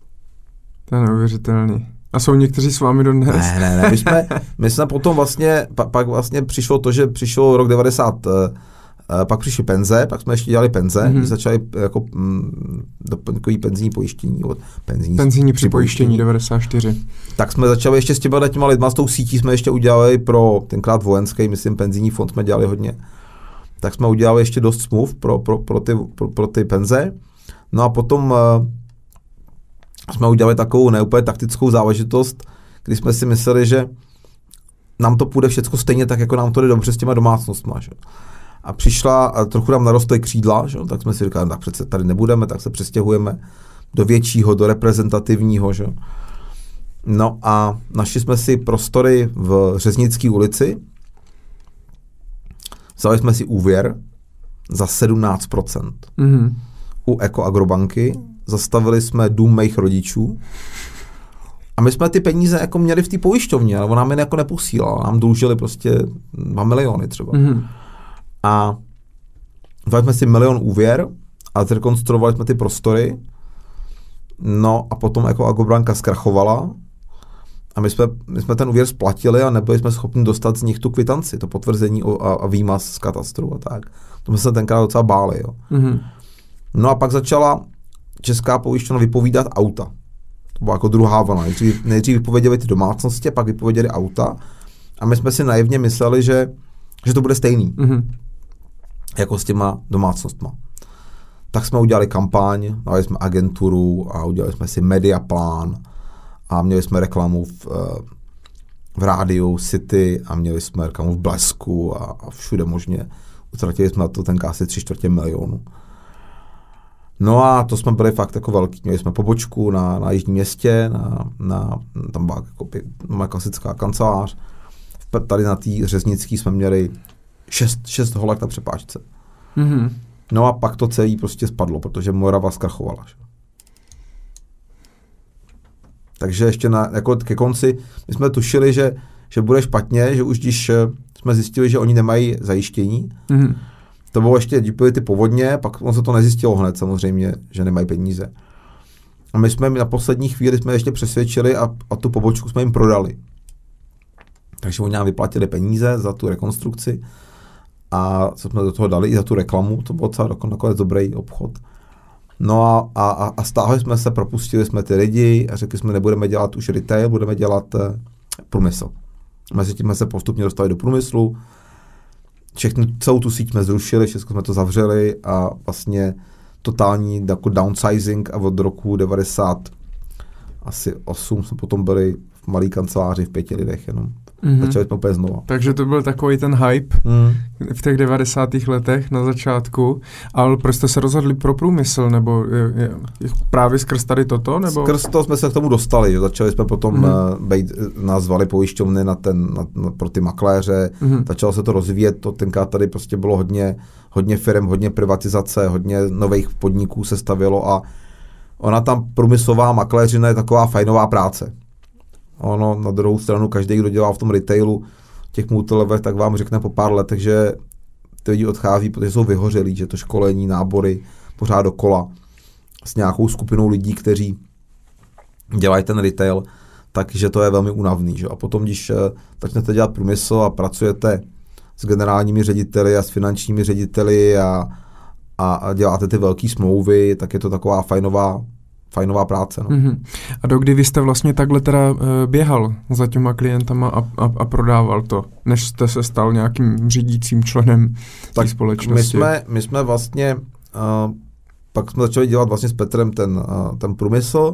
To je neuvěřitelný. A jsou někteří s vámi dodnes? Ne, ne, ne. My jsme, my jsme potom vlastně, pa, pak vlastně přišlo to, že přišel rok devadesát, uh, pak přišly penze, pak jsme ještě dělali penze, mm-hmm. začali jako mm, doplňkový penzijní pojištění. Penzijní, penzijní připojištění devadesát čtyři. Tak jsme začali ještě s těma, těma lidma, s tou sítí jsme ještě udělali pro tenkrát vojenský, myslím, penzijní fond jsme dělali hodně. Tak jsme udělali ještě dost smluv pro, pro, pro, ty, pro, pro ty penze. No a potom uh, jsme udělali takovou neúplně taktickou záležitost, kdy jsme si mysleli, že nám to půjde všecko stejně tak, jako nám to jde dobře s těma domácnostma. Že? A přišla, a trochu nám narostly křídla, že? Tak jsme si říkali, tak přece tady nebudeme, tak se přestěhujeme do většího, do reprezentativního. Že? No a našli jsme si prostory v Řeznické ulici, vzali jsme si úvěr za sedmnáct procent. Mm-hmm. U Eko Agrobanky, zastavili jsme dům mých rodičů a my jsme ty peníze jako měli v té pojišťovně, ale ona nám je jako neposílala, nám dlužili prostě dva miliony třeba. Mm-hmm. A vzali jsme si milion úvěr a zrekonstruovali jsme ty prostory, no a potom jako Agrobanka zkrachovala a my jsme, my jsme ten úvěr splatili a nebyli jsme schopni dostat z nich tu kvitanci, to potvrzení o, a, a výmaz z katastru a tak. To jsme se tenkrát docela báli. Jo. Mm-hmm. No a pak začala Česká pojišťovna vypovídat auta. To byla jako druhá vlna. Nejdřív, nejdřív vypověděli ty domácnosti, pak vypověděli auta a my jsme si naivně mysleli, že, že to bude stejný. Mm-hmm. Jako s těma domácnostma. Tak jsme udělali kampaň, dali jsme agenturu a udělali jsme si mediaplán a měli jsme reklamu v, v rádiu City a měli jsme reklamu v Blesku a, a všude možně. Utratili jsme na to tenkrát asi tři čtvrtě milionu. No a to jsme byli fakt jako velký. Měli jsme pobočku na, na Jižním Městě, na, na, tam byla jako moje klasická kancelář. Tady na té Řeznický jsme měli šest, šest holek na přepážce. Mm-hmm. No a pak to celé prostě spadlo, protože Morava zkrachovala. Že? Takže ještě na, jako ke konci my jsme tušili, že, že bude špatně, že už když jsme zjistili, že oni nemají zajištění, mm-hmm. to bylo ještě, když byly ty povodně, pak on se to nezjistilo hned samozřejmě, že nemají peníze. A my jsme na poslední chvíli jsme ještě přesvědčili a, a tu pobočku jsme jim prodali. Takže oni nám vyplatili peníze za tu rekonstrukci a co jsme do toho dali i za tu reklamu, to byl celý nakonec dobrý obchod. No a, a, a stáhli jsme se, propustili jsme ty lidi a řekli jsme, nebudeme dělat už retail, budeme dělat eh, průmysl. Mezi tím jsme se postupně dostali do průmyslu. Všechny, celou tu síť jsme zrušili, všechno jsme to zavřeli a vlastně totální jako downsizing a od roku devadesát osm jsme potom byli v malé kanceláři v pěti lidech jenom. Mm-hmm. Začali jsme úplně znova. Takže to byl takový ten hype mm. v těch devadesátých letech na začátku, ale proč jste se rozhodli pro průmysl, nebo je, je, je právě skrz tady toto? Nebo? Skrz to jsme se k tomu dostali, že začali jsme potom mm. být, nás zvali pojišťovny na ten, na, na, pro ty makléře, mm. začalo se to rozvíjet, to tenkrát tady prostě bylo hodně, hodně firm, hodně privatizace, hodně nových podniků se stavělo a ona tam průmyslová makléřina je taková fajnová práce. Ono na druhou stranu, každý, kdo dělá v tom retailu, těch multilevech, tak vám řekne po pár letech, že ty lidi odchází, protože jsou vyhořelí, že to školení, nábory pořád dokola s nějakou skupinou lidí, kteří dělají ten retail, takže to je velmi únavný. Že? A potom, když začnete dělat průmysl a pracujete s generálními řediteli a s finančními řediteli a, a, a děláte ty velké smlouvy, tak je to taková fajnová fajnová práce. No. Mm-hmm. A dokdy vy jste vlastně takhle teda uh, běhal za těma klientama a, a, a prodával to, než jste se stal nějakým řídícím členem té společnosti? My jsme, my jsme vlastně, uh, pak jsme začali dělat vlastně s Petrem ten, uh, ten průmysl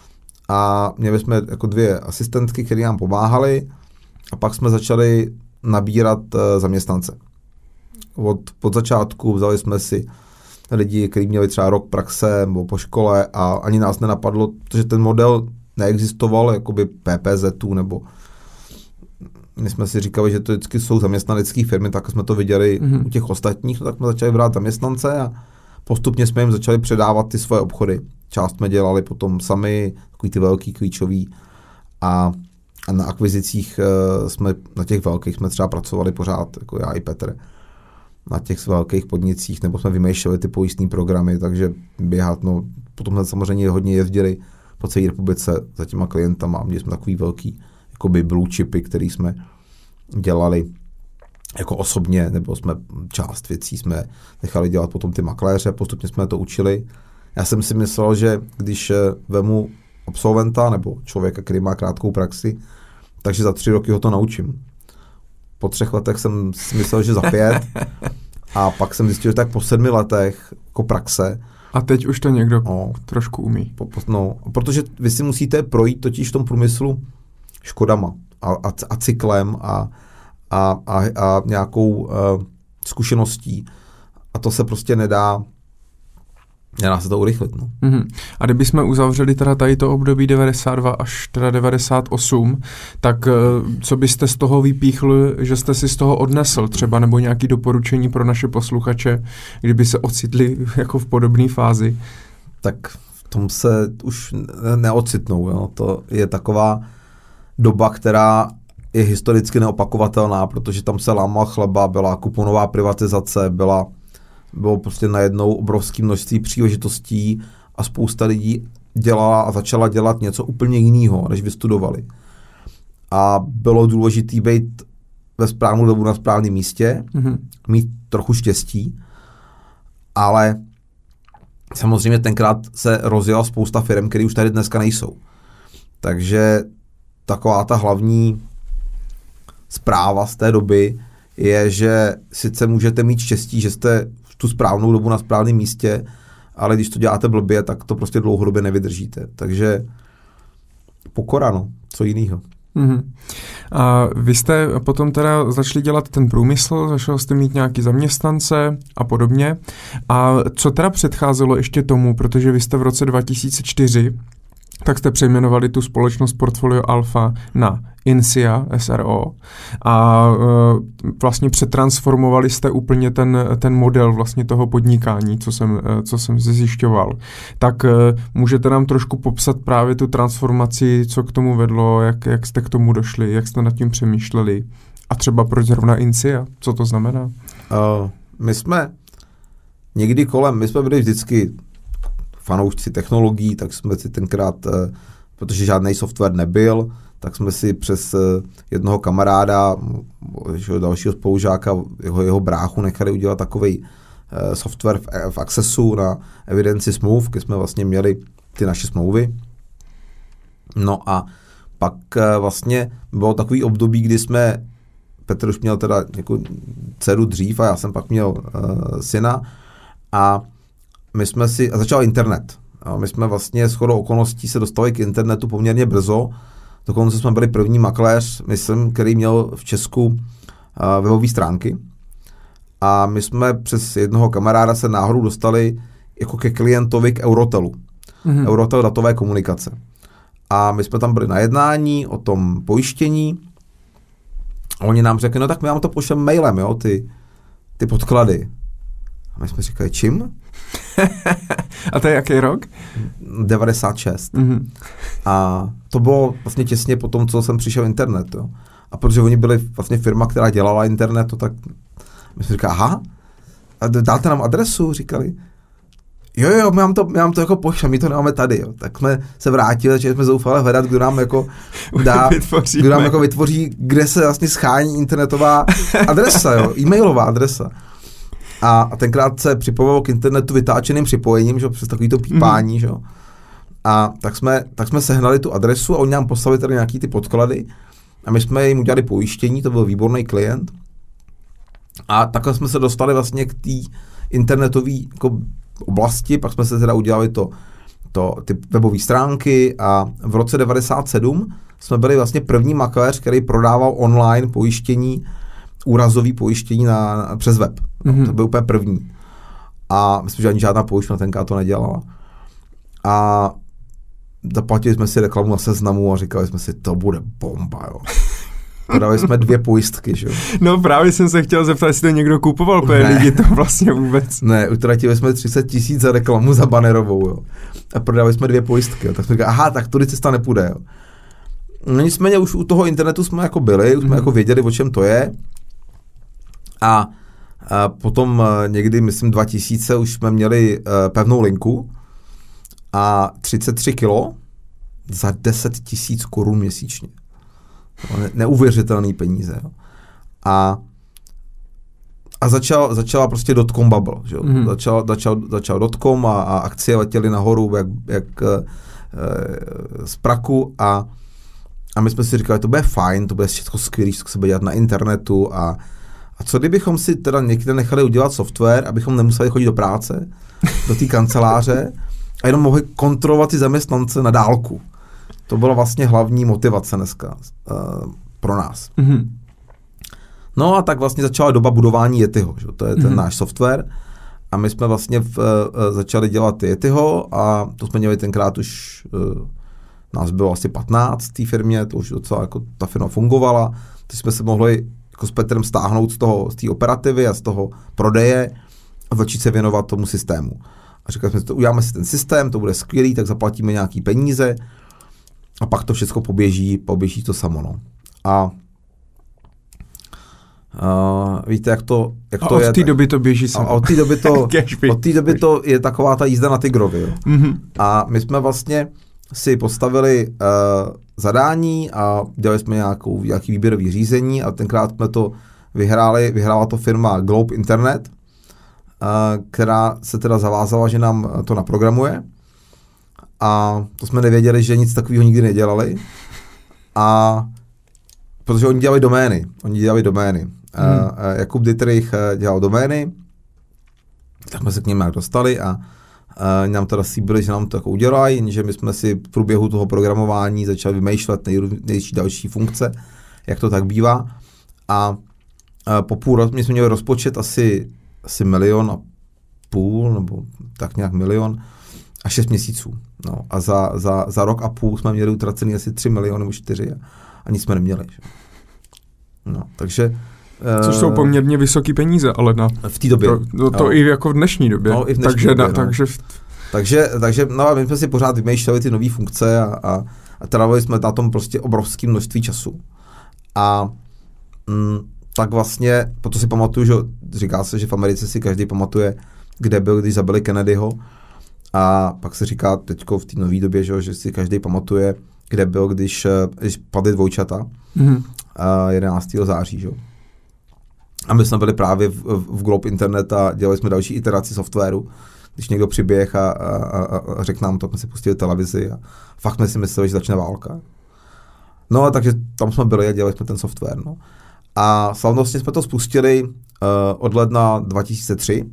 a měli jsme jako dvě asistentky, které nám pomáhaly a pak jsme začali nabírat uh, zaměstnance. Od, od začátku vzali jsme si lidi, kteří měli třeba rok praxe nebo po škole a ani nás nenapadlo, protože ten model neexistoval, jakoby P P Z nebo my jsme si říkali, že to vždycky jsou zaměstnanecké firmy, tak jsme to viděli mm-hmm. u těch ostatních, no tak jsme začali brát zaměstnance a postupně jsme jim začali předávat ty svoje obchody. Část jsme dělali potom sami, takový ty velký, klíčový a, a na akvizicích jsme, na těch velkých jsme třeba pracovali pořád, jako já i Petr. Na těch velkých podnicích, nebo jsme vymýšleli ty pojistné programy, takže běhat, no, potom jsme samozřejmě hodně jezdili po celé republice za těma klientama a měli jsme takový velký, jakoby blue chipy, který jsme dělali jako osobně, nebo jsme část věcí jsme nechali dělat potom ty makléře, postupně jsme to učili. Já jsem si myslel, že když vemu absolventa nebo člověka, který má krátkou praxi, takže za tři roky ho to naučím. Po třech letech jsem si myslel, že za pět a pak jsem zjistil, že tak po sedmi letech jako praxe. A teď už to někdo no, trošku umí. Po, po, no, protože vy si musíte projít totiž v tom průmyslu škodama a, a, a cyklem a, a, a, a nějakou uh, zkušeností a to se prostě nedá Nedá se to urychlit. No. Mm-hmm. A kdybychom uzavřeli teda tady to období devadesát dva až teda devadesát osm, tak co byste z toho vypíchl, že jste si z toho odnesl třeba, nebo nějaké doporučení pro naše posluchače, kdyby se ocitli jako v podobné fázi? Tak v tom se už neocitnou. Jo. To je taková doba, která je historicky neopakovatelná, protože tam se lámal chleba, byla kuponová privatizace, byla bylo prostě najednou obrovské množství příležitostí a spousta lidí dělala a začala dělat něco úplně jiného, než vystudovali. A bylo důležité být ve správnou dobu na správném místě, mm-hmm. mít trochu štěstí, ale samozřejmě tenkrát se rozjela spousta firm, které už tady dneska nejsou. Takže taková ta hlavní zpráva z té doby je, že sice můžete mít štěstí, že jste tu správnou dobu na správném místě, ale když to děláte blbě, tak to prostě dlouhodobě nevydržíte. Takže pokora, no, co jinýho. Mm-hmm. A vy jste potom teda začali dělat ten průmysl, začal jste mít nějaký zaměstnance a podobně. A co teda předcházelo ještě tomu, protože vy jste v roce dva tisíce čtyři tak jste přejmenovali tu společnost Portfolio Alpha na Insia S R O a e, vlastně přetransformovali jste úplně ten, ten model vlastně toho podnikání, co jsem, e, co jsem zjišťoval. Tak e, můžete nám trošku popsat právě tu transformaci, co k tomu vedlo, jak, jak jste k tomu došli, jak jste nad tím přemýšleli a třeba proč zrovna Insia, co to znamená? Uh, my jsme někdy kolem, my jsme byli vždycky fanoušci technologií, tak jsme si tenkrát, protože žádný software nebyl, tak jsme si přes jednoho kamaráda, dalšího spolužáka, jeho, jeho bráchu nechali udělat takový software v, v Accessu na evidenci smluv, kde jsme vlastně měli ty naše smlouvy. No a pak uh, vlastně bylo takový období, kdy jsme, Petr už měl teda jako dceru dřív a já jsem pak měl uh, syna a my jsme si, a začal internet. A my jsme vlastně shodou okolností se dostali k internetu poměrně brzo. Dokonce jsme byli první makléř, myslím, který měl v Česku uh, webové stránky. A my jsme přes jednoho kamaráda se náhodou dostali jako ke klientovi k Eurotelu. Mm-hmm. Eurotel datové komunikace. A my jsme tam byli na jednání o tom pojištění. A oni nám řekli, no tak my vám to pošleme mailem, jo, ty, ty podklady. A my jsme říkali, čím? A to je jaký rok? devadesát šest. Mm-hmm. A to bylo vlastně těsně po tom, co jsem přišel internet. Jo. A protože oni byli vlastně firma, která dělala internet, to tak my jsme říkali, aha, a dáte nám adresu, říkali. Jo, jo, my vám to, my vám to jako pošlem, my to nemáme tady, jo. Tak jsme se vrátili, že jsme zoufali hledat, kdo nám jako dá, kdo nám jako vytvoří, kde se vlastně schání internetová adresa, jo, e-mailová adresa. A, a tenkrát se připojilo k internetu vytáčeným připojením, že, přes takový to pípání, mm. že. A tak jsme, tak jsme sehnali tu adresu a oni nám poslali tady nějaký ty podklady a my jsme jim udělali pojištění, to byl výborný klient. A takhle jsme se dostali vlastně k té internetové jako oblasti, pak jsme se teda udělali to, to, ty webové stránky a v roce devadesát sedm jsme byli vlastně první makléř, který prodával online pojištění, úrazový pojištění na, na, přes web. Mm-hmm. To byl úplně první. A myslím, že ani žádná pojišťovna tenkrát to nedělala. A zaplatili jsme si reklamu na Seznamu a říkali jsme si, to bude bomba, jo. Podali jsme dvě pojistky, že jo. No právě jsem se chtěl zeptat, jestli to někdo kupoval, protože lidi to vlastně vůbec. Ne, utratili jsme třicet tisíc za reklamu za banerovou, jo. A prodali jsme dvě pojistky, jo. Tak jsme říkali, aha, tak tudy cesta nepůjde, jo. No nicméně už u toho internetu jsme jako byli, už jsme mm. jako věděli, o čem to je. A, a potom někdy, myslím, dva tisíce už jsme měli uh, pevnou linku a třicet tři kilo za deset tisíc korun měsíčně. Ne, neuvěřitelný peníze. Jo. A, a začal, začala prostě dotcom bubble. Že jo. Mm. Začal, začal, začal dotcom a, a akcie letěly nahoru jak, jak e, z praku a, a my jsme si říkali, to bude fajn, to bude všechno skvělý, co se bude dělat na internetu a, a co kdybychom si teda někde nechali udělat software, abychom nemuseli chodit do práce, do té kanceláře a jenom mohli kontrolovat ty zaměstnance na dálku. To byla vlastně hlavní motivace dneska uh, pro nás. Mm-hmm. No a tak vlastně začala doba budování Yetiho, že? To je ten mm-hmm. náš software a my jsme vlastně v, uh, začali dělat Yetiho a to jsme měli tenkrát už, uh, nás bylo asi patnáct v té firmě, to už docela jako ta firma fungovala, takže jsme se mohli jako s Petrem stáhnout z toho, z té operativy a z toho prodeje a začít se věnovat tomu systému. A říkali jsme si, to uděláme si ten systém, to bude skvělý, tak zaplatíme nějaký peníze a pak to všechno poběží, poběží to samo. No. A uh, víte, jak to, jak a to od je. Od té doby to běží samo. A od té doby to, od té doby to je taková ta jízda na tygrovi. Mm-hmm. A my jsme vlastně si postavili uh, zadání a dělali jsme nějakou, nějaký výběrový řízení a tenkrát jsme to vyhráli, vyhrála to firma Globe Internet, uh, která se teda zavázala, že nám to naprogramuje. A to jsme nevěděli, že nic takového nikdy nedělali. A protože oni dělali domény. Oni dělali domény. Hmm. Uh, Jakub Dittrich dělal domény, tak jsme se k něm nějak dostali a uh, nám teda slíbili, že nám to jako udělají, jenže my jsme si v průběhu toho programování začali vymýšlet nejrůznější další funkce, jak to tak bývá. A uh, po půl roku jsme měli rozpočet asi, asi milion a půl, nebo tak nějak milion, a šest měsíců. No, a za, za, za rok a půl jsme měli utracený asi tři miliony nebo čtyři a, a nic jsme neměli. Že? No, takže... Což jsou poměrně vysoký peníze, ale na... V té době. To, to, to i jako v dnešní době. No, i v dnešní takže, době, na, no. takže... takže, takže no a my jsme si pořád vymýšleli ty nové funkce a, a, a trávili jsme na tom prostě obrovské množství času. A mm, tak vlastně, proto si pamatuju, že říká se, že v Americe si každý pamatuje, kde byl, když zabili Kennedyho. A pak se říká teďko v té nové době, že, že si každý pamatuje, kde byl, když, když padly dvojčata, mm-hmm. jedenáctého září. Že? A my jsme byli právě v, v Globe Internet a dělali jsme další iteraci softwaru. Když někdo přiběh a, a, a, a řekl nám to, jsme si pustili televizi a fakt jsme si mysleli, že začne válka. No, takže tam jsme byli a dělali jsme ten software. No. A slavnostně jsme to spustili uh, od ledna dva tisíce tři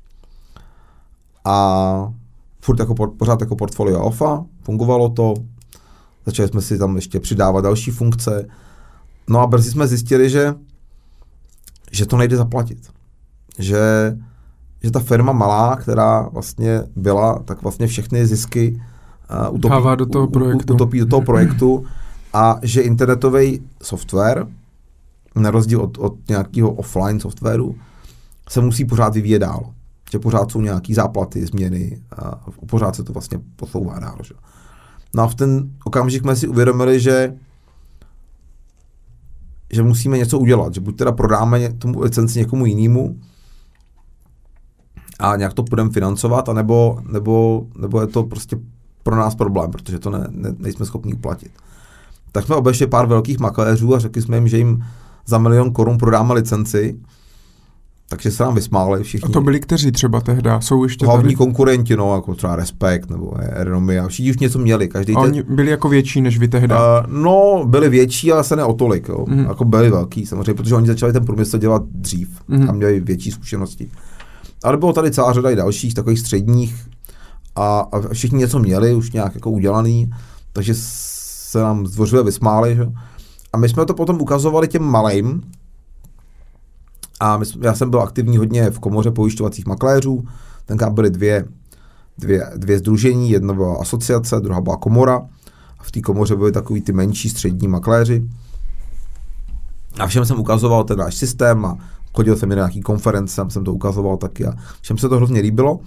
a furt jako, pořád jako portfolio alfa, fungovalo to, začali jsme si tam ještě přidávat další funkce, no a brzy jsme zjistili, že, že to nejde zaplatit. Že, že ta firma malá, která vlastně byla, tak vlastně všechny zisky uh, utopí, do toho projektu. utopí do toho projektu a že internetový software, na rozdíl od, od nějakého offline softwaru, se musí pořád vyvíjet dál. Že pořád jsou nějaký záplaty, změny a pořád se to vlastně posouvá dál. Že? No a v ten okamžik jsme si uvědomili, že že musíme něco udělat, že buď teda prodáme tomu licenci někomu jinému a nějak to budeme financovat, anebo, nebo, nebo je to prostě pro nás problém, protože to ne, ne, nejsme schopni platit. Tak jsme obešli pár velkých makléřů a řekli jsme jim, že jim za milion korun prodáme licenci, takže se nám vysmáli všichni. A to byli kteří třeba tehda? Jsou ještě hlavní tady? konkurenti, no, jako třeba Respekt nebo Renomia, všichni už něco měli. Každý a oni te... byli jako větší než vy tehda? Uh, no, byli větší, ale se ne o tolik, jo. Mm. Jako byli velký samozřejmě, protože oni začali ten průmysl dělat dřív mm. a měli větší zkušenosti. Ale bylo tady celá řada i dalších takových středních a, a všichni něco měli, už nějak jako udělaný, takže se nám zdvořile vysmáli, že? A my jsme to potom ukazovali těm malým. A my, já jsem byl aktivní hodně v komoře pojišťovacích makléřů. Tenkrát byly dvě, dvě, dvě sdružení, jedna byla asociace, druhá byla komora. A v té komoře byly takový ty menší střední makléři. A všem jsem ukazoval ten náš systém a chodil jsem i na nějaký konference, jsem to ukazoval taky a všem se to hrozně líbilo.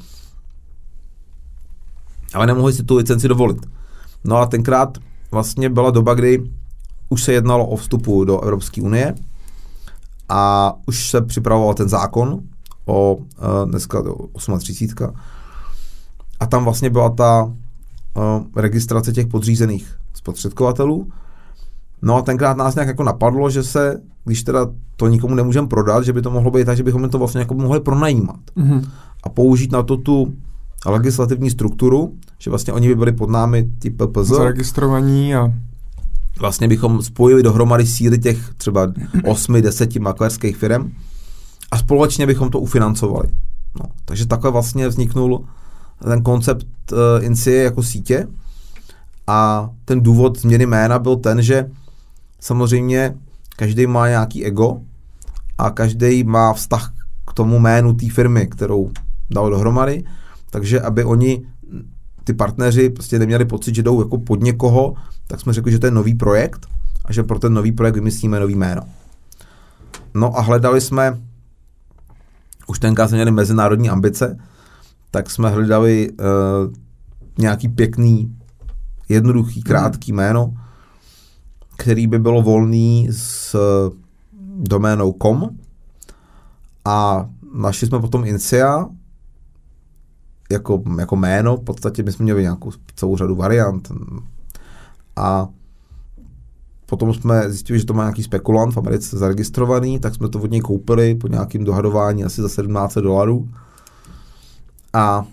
Ale nemohli si tu licenci dovolit. No a tenkrát vlastně byla doba, kdy už se jednalo o vstupu do Evropské unie a už se připravoval ten zákon o dneska třicet osm. A tam vlastně byla ta uh, registrace těch podřízených zprostředkovatelů. No a tenkrát nás nějak jako napadlo, že se, když teda to nikomu nemůžeme prodat, že by to mohlo být tak, že bychom to vlastně jako mohli pronajímat. Mm-hmm. A použít na to tu legislativní strukturu, že vlastně oni by byli pod námi ty P P Z. Zaregistrovaní a... Vlastně bychom spojili dohromady síly těch třeba osmi, deseti makléřských firm a společně bychom to ufinancovali. No, takže takhle vlastně vzniknul ten koncept uh, INSIE jako sítě a ten důvod změny jména byl ten, že samozřejmě každý má nějaký ego a každý má vztah k tomu jménu té firmy, kterou dal dohromady, takže aby oni, ty partneři, prostě neměli pocit, že jdou jako pod někoho, tak jsme řekli, že to je nový projekt a že pro ten nový projekt vymyslíme nový jméno. No a hledali jsme, už tenkrát jsme měli mezinárodní ambice, tak jsme hledali uh, nějaký pěkný, jednoduchý, krátký jméno, který by bylo volný s doménou .com a našli jsme potom INSIA jako, jako jméno, v podstatě my jsme měli nějakou celou řadu variant a potom jsme zjistili, že to má nějaký spekulant v Americe zaregistrovaný, tak jsme to od něj koupili po nějakým dohadování asi za sedmnáct set dolarů a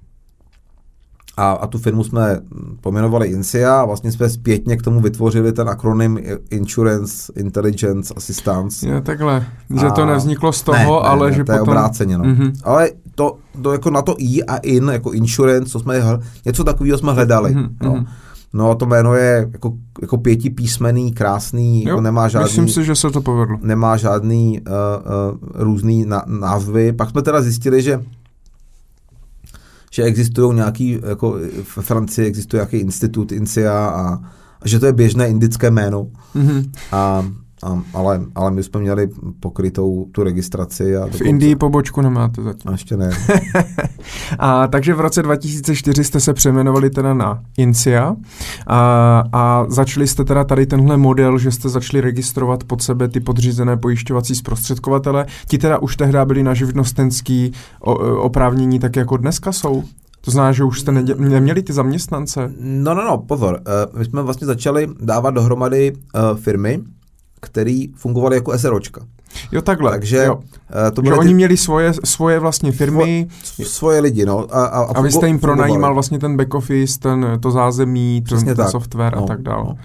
A, a tu firmu jsme pojmenovali INSIA a vlastně jsme zpětně k tomu vytvořili ten akronym Insurance Intelligence Assistance. Je takhle, že to nevzniklo z toho, ne, ne, ale ne, že to potom... je obráceně, no. Mm-hmm. Ale to, to jako na to I a IN, jako insurance, to jsme, něco takového jsme hledali. Mm-hmm. No. No a to jméno je jako, jako pětipísmený, krásný, jo, jako nemá žádný... Myslím si, že se to povedlo. Nemá žádný uh, uh, různý na, názvy. Pak jsme teda zjistili, že že existují nějaký, jako v Francii existuje nějaký institut INSIA a, a že to je běžné indické jméno. Mm-hmm. A, a, ale, ale my jsme měli pokrytou tu registraci. A v Indii pobočku nemáte zatím. A ještě ne. A takže v roce dva tisíce čtyři jste se přejmenovali teda na INSIA a, a začali jste teda tady tenhle model, že jste začali registrovat pod sebe ty podřízené pojišťovací zprostředkovatele. Ti teda už tehdy byli na živnostenský oprávnění tak jako dneska jsou? To znamená, že už jste nedě- neměli ty zaměstnance? No, no, no, pozor. Uh, my jsme vlastně začali dávat dohromady uh, firmy, které fungovaly jako SROčka. Jo, takhle. Takže jo. To že ty... oni měli svoje, svoje vlastně firmy. Svo, svoje lidi, no. A, a, a vy jste jim pronajímal vlastně ten back office, ten, to zázemí, ten, ten software no, a tak dále. No.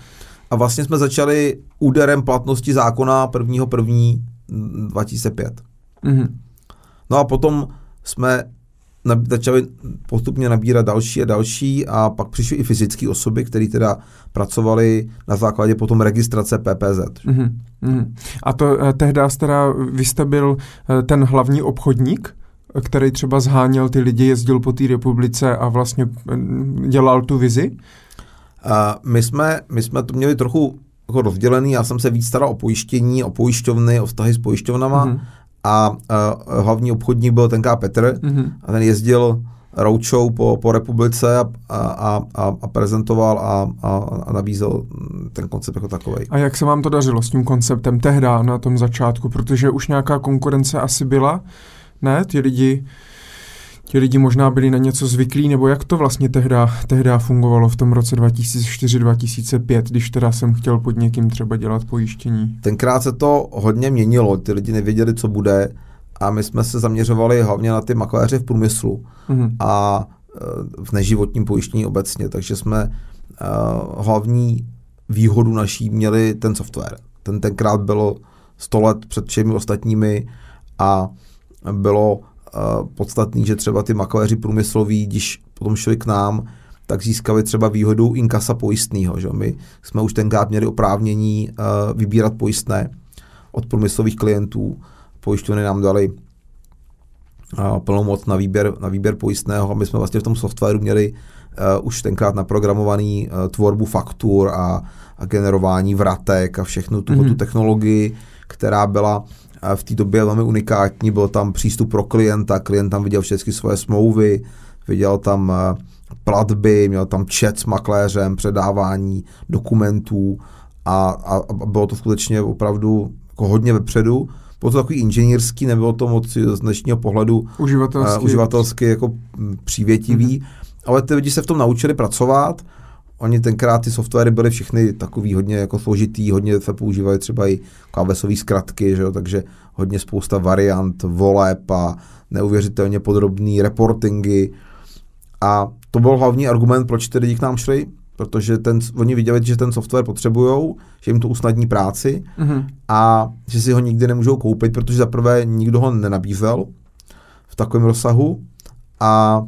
a vlastně jsme začali úderem platnosti zákona prvního prvního dva tisíce pět. Mm-hmm. No a potom jsme začali postupně nabírat další a další a pak přišly i fyzické osoby, které teda pracovaly na základě potom registrace P P Z. Mm-hmm. Mm-hmm. A to eh, tehdy teda vy jste byl eh, ten hlavní obchodník, který třeba zháněl ty lidi, jezdil po té republice a vlastně eh, dělal tu vizi? Uh, my, jsme, my jsme to měli trochu jako rozdělený, já jsem se víc staral o pojištění, o pojišťovny, o vztahy s pojišťovnama, mm-hmm. a uh, hlavní obchodník byl tenká Petr, mm-hmm. a ten jezdil roadshow po, po republice a, a, a, a prezentoval a, a, a nabízel ten koncept jako takovej. A jak se vám to dařilo s tím konceptem tehda na tom začátku? Protože už nějaká konkurence asi byla, ne? Ti lidi, ti lidi možná byli na něco zvyklí, nebo jak to vlastně tehda, tehda fungovalo v tom roce dva tisíce čtyři dva tisíce pět, když teda jsem chtěl pod někým třeba dělat pojištění? Tenkrát se to hodně měnilo, ty lidi nevěděli, co bude, a my jsme se zaměřovali hlavně na ty makléře v průmyslu mm-hmm. a v neživotním pojištění obecně, takže jsme uh, hlavní výhodu naší měli ten software. Ten tenkrát bylo sto let před všemi ostatními a bylo uh, podstatný, že třeba ty makléři průmysloví, když potom šli k nám, tak získali třeba výhodu inkasa pojistného. Že? My jsme už tenkrát měli oprávnění uh, vybírat pojistné od průmyslových klientů. Pojišťovny nám dali uh, plnou moc na výběr, na výběr pojistného a my jsme vlastně v tom softwaru měli uh, už tenkrát naprogramovaný uh, tvorbu faktur a, a generování vratek a všechnu tu, mm-hmm. tu technologii, která byla uh, v té době velmi unikátní. Byl tam přístup pro klienta, klient tam viděl všechny svoje smlouvy, viděl tam uh, platby, měl tam chat s makléřem, předávání dokumentů a, a, a bylo to skutečně opravdu jako hodně vepředu. Bylo to takový inženýrský, nebylo to moc z dnešního pohledu uživatelsky, uh, uživatelsky jako přívětivý, mm-hmm. ale ty lidi se v tom naučili pracovat. Oni tenkrát ty softwary byly všechny takový hodně jako složitý, hodně se používali třeba i klávesové zkratky, že jo? Takže hodně spousta variant, voleb a neuvěřitelně podrobný reportingy. A to byl hlavní argument, proč ty lidi k nám šli, protože ten, oni viděli, že ten software potřebujou, že jim to usnadní práci mm-hmm. a že si ho nikdy nemůžou koupit, protože zaprvé nikdo ho nenabízel v takovém rozsahu a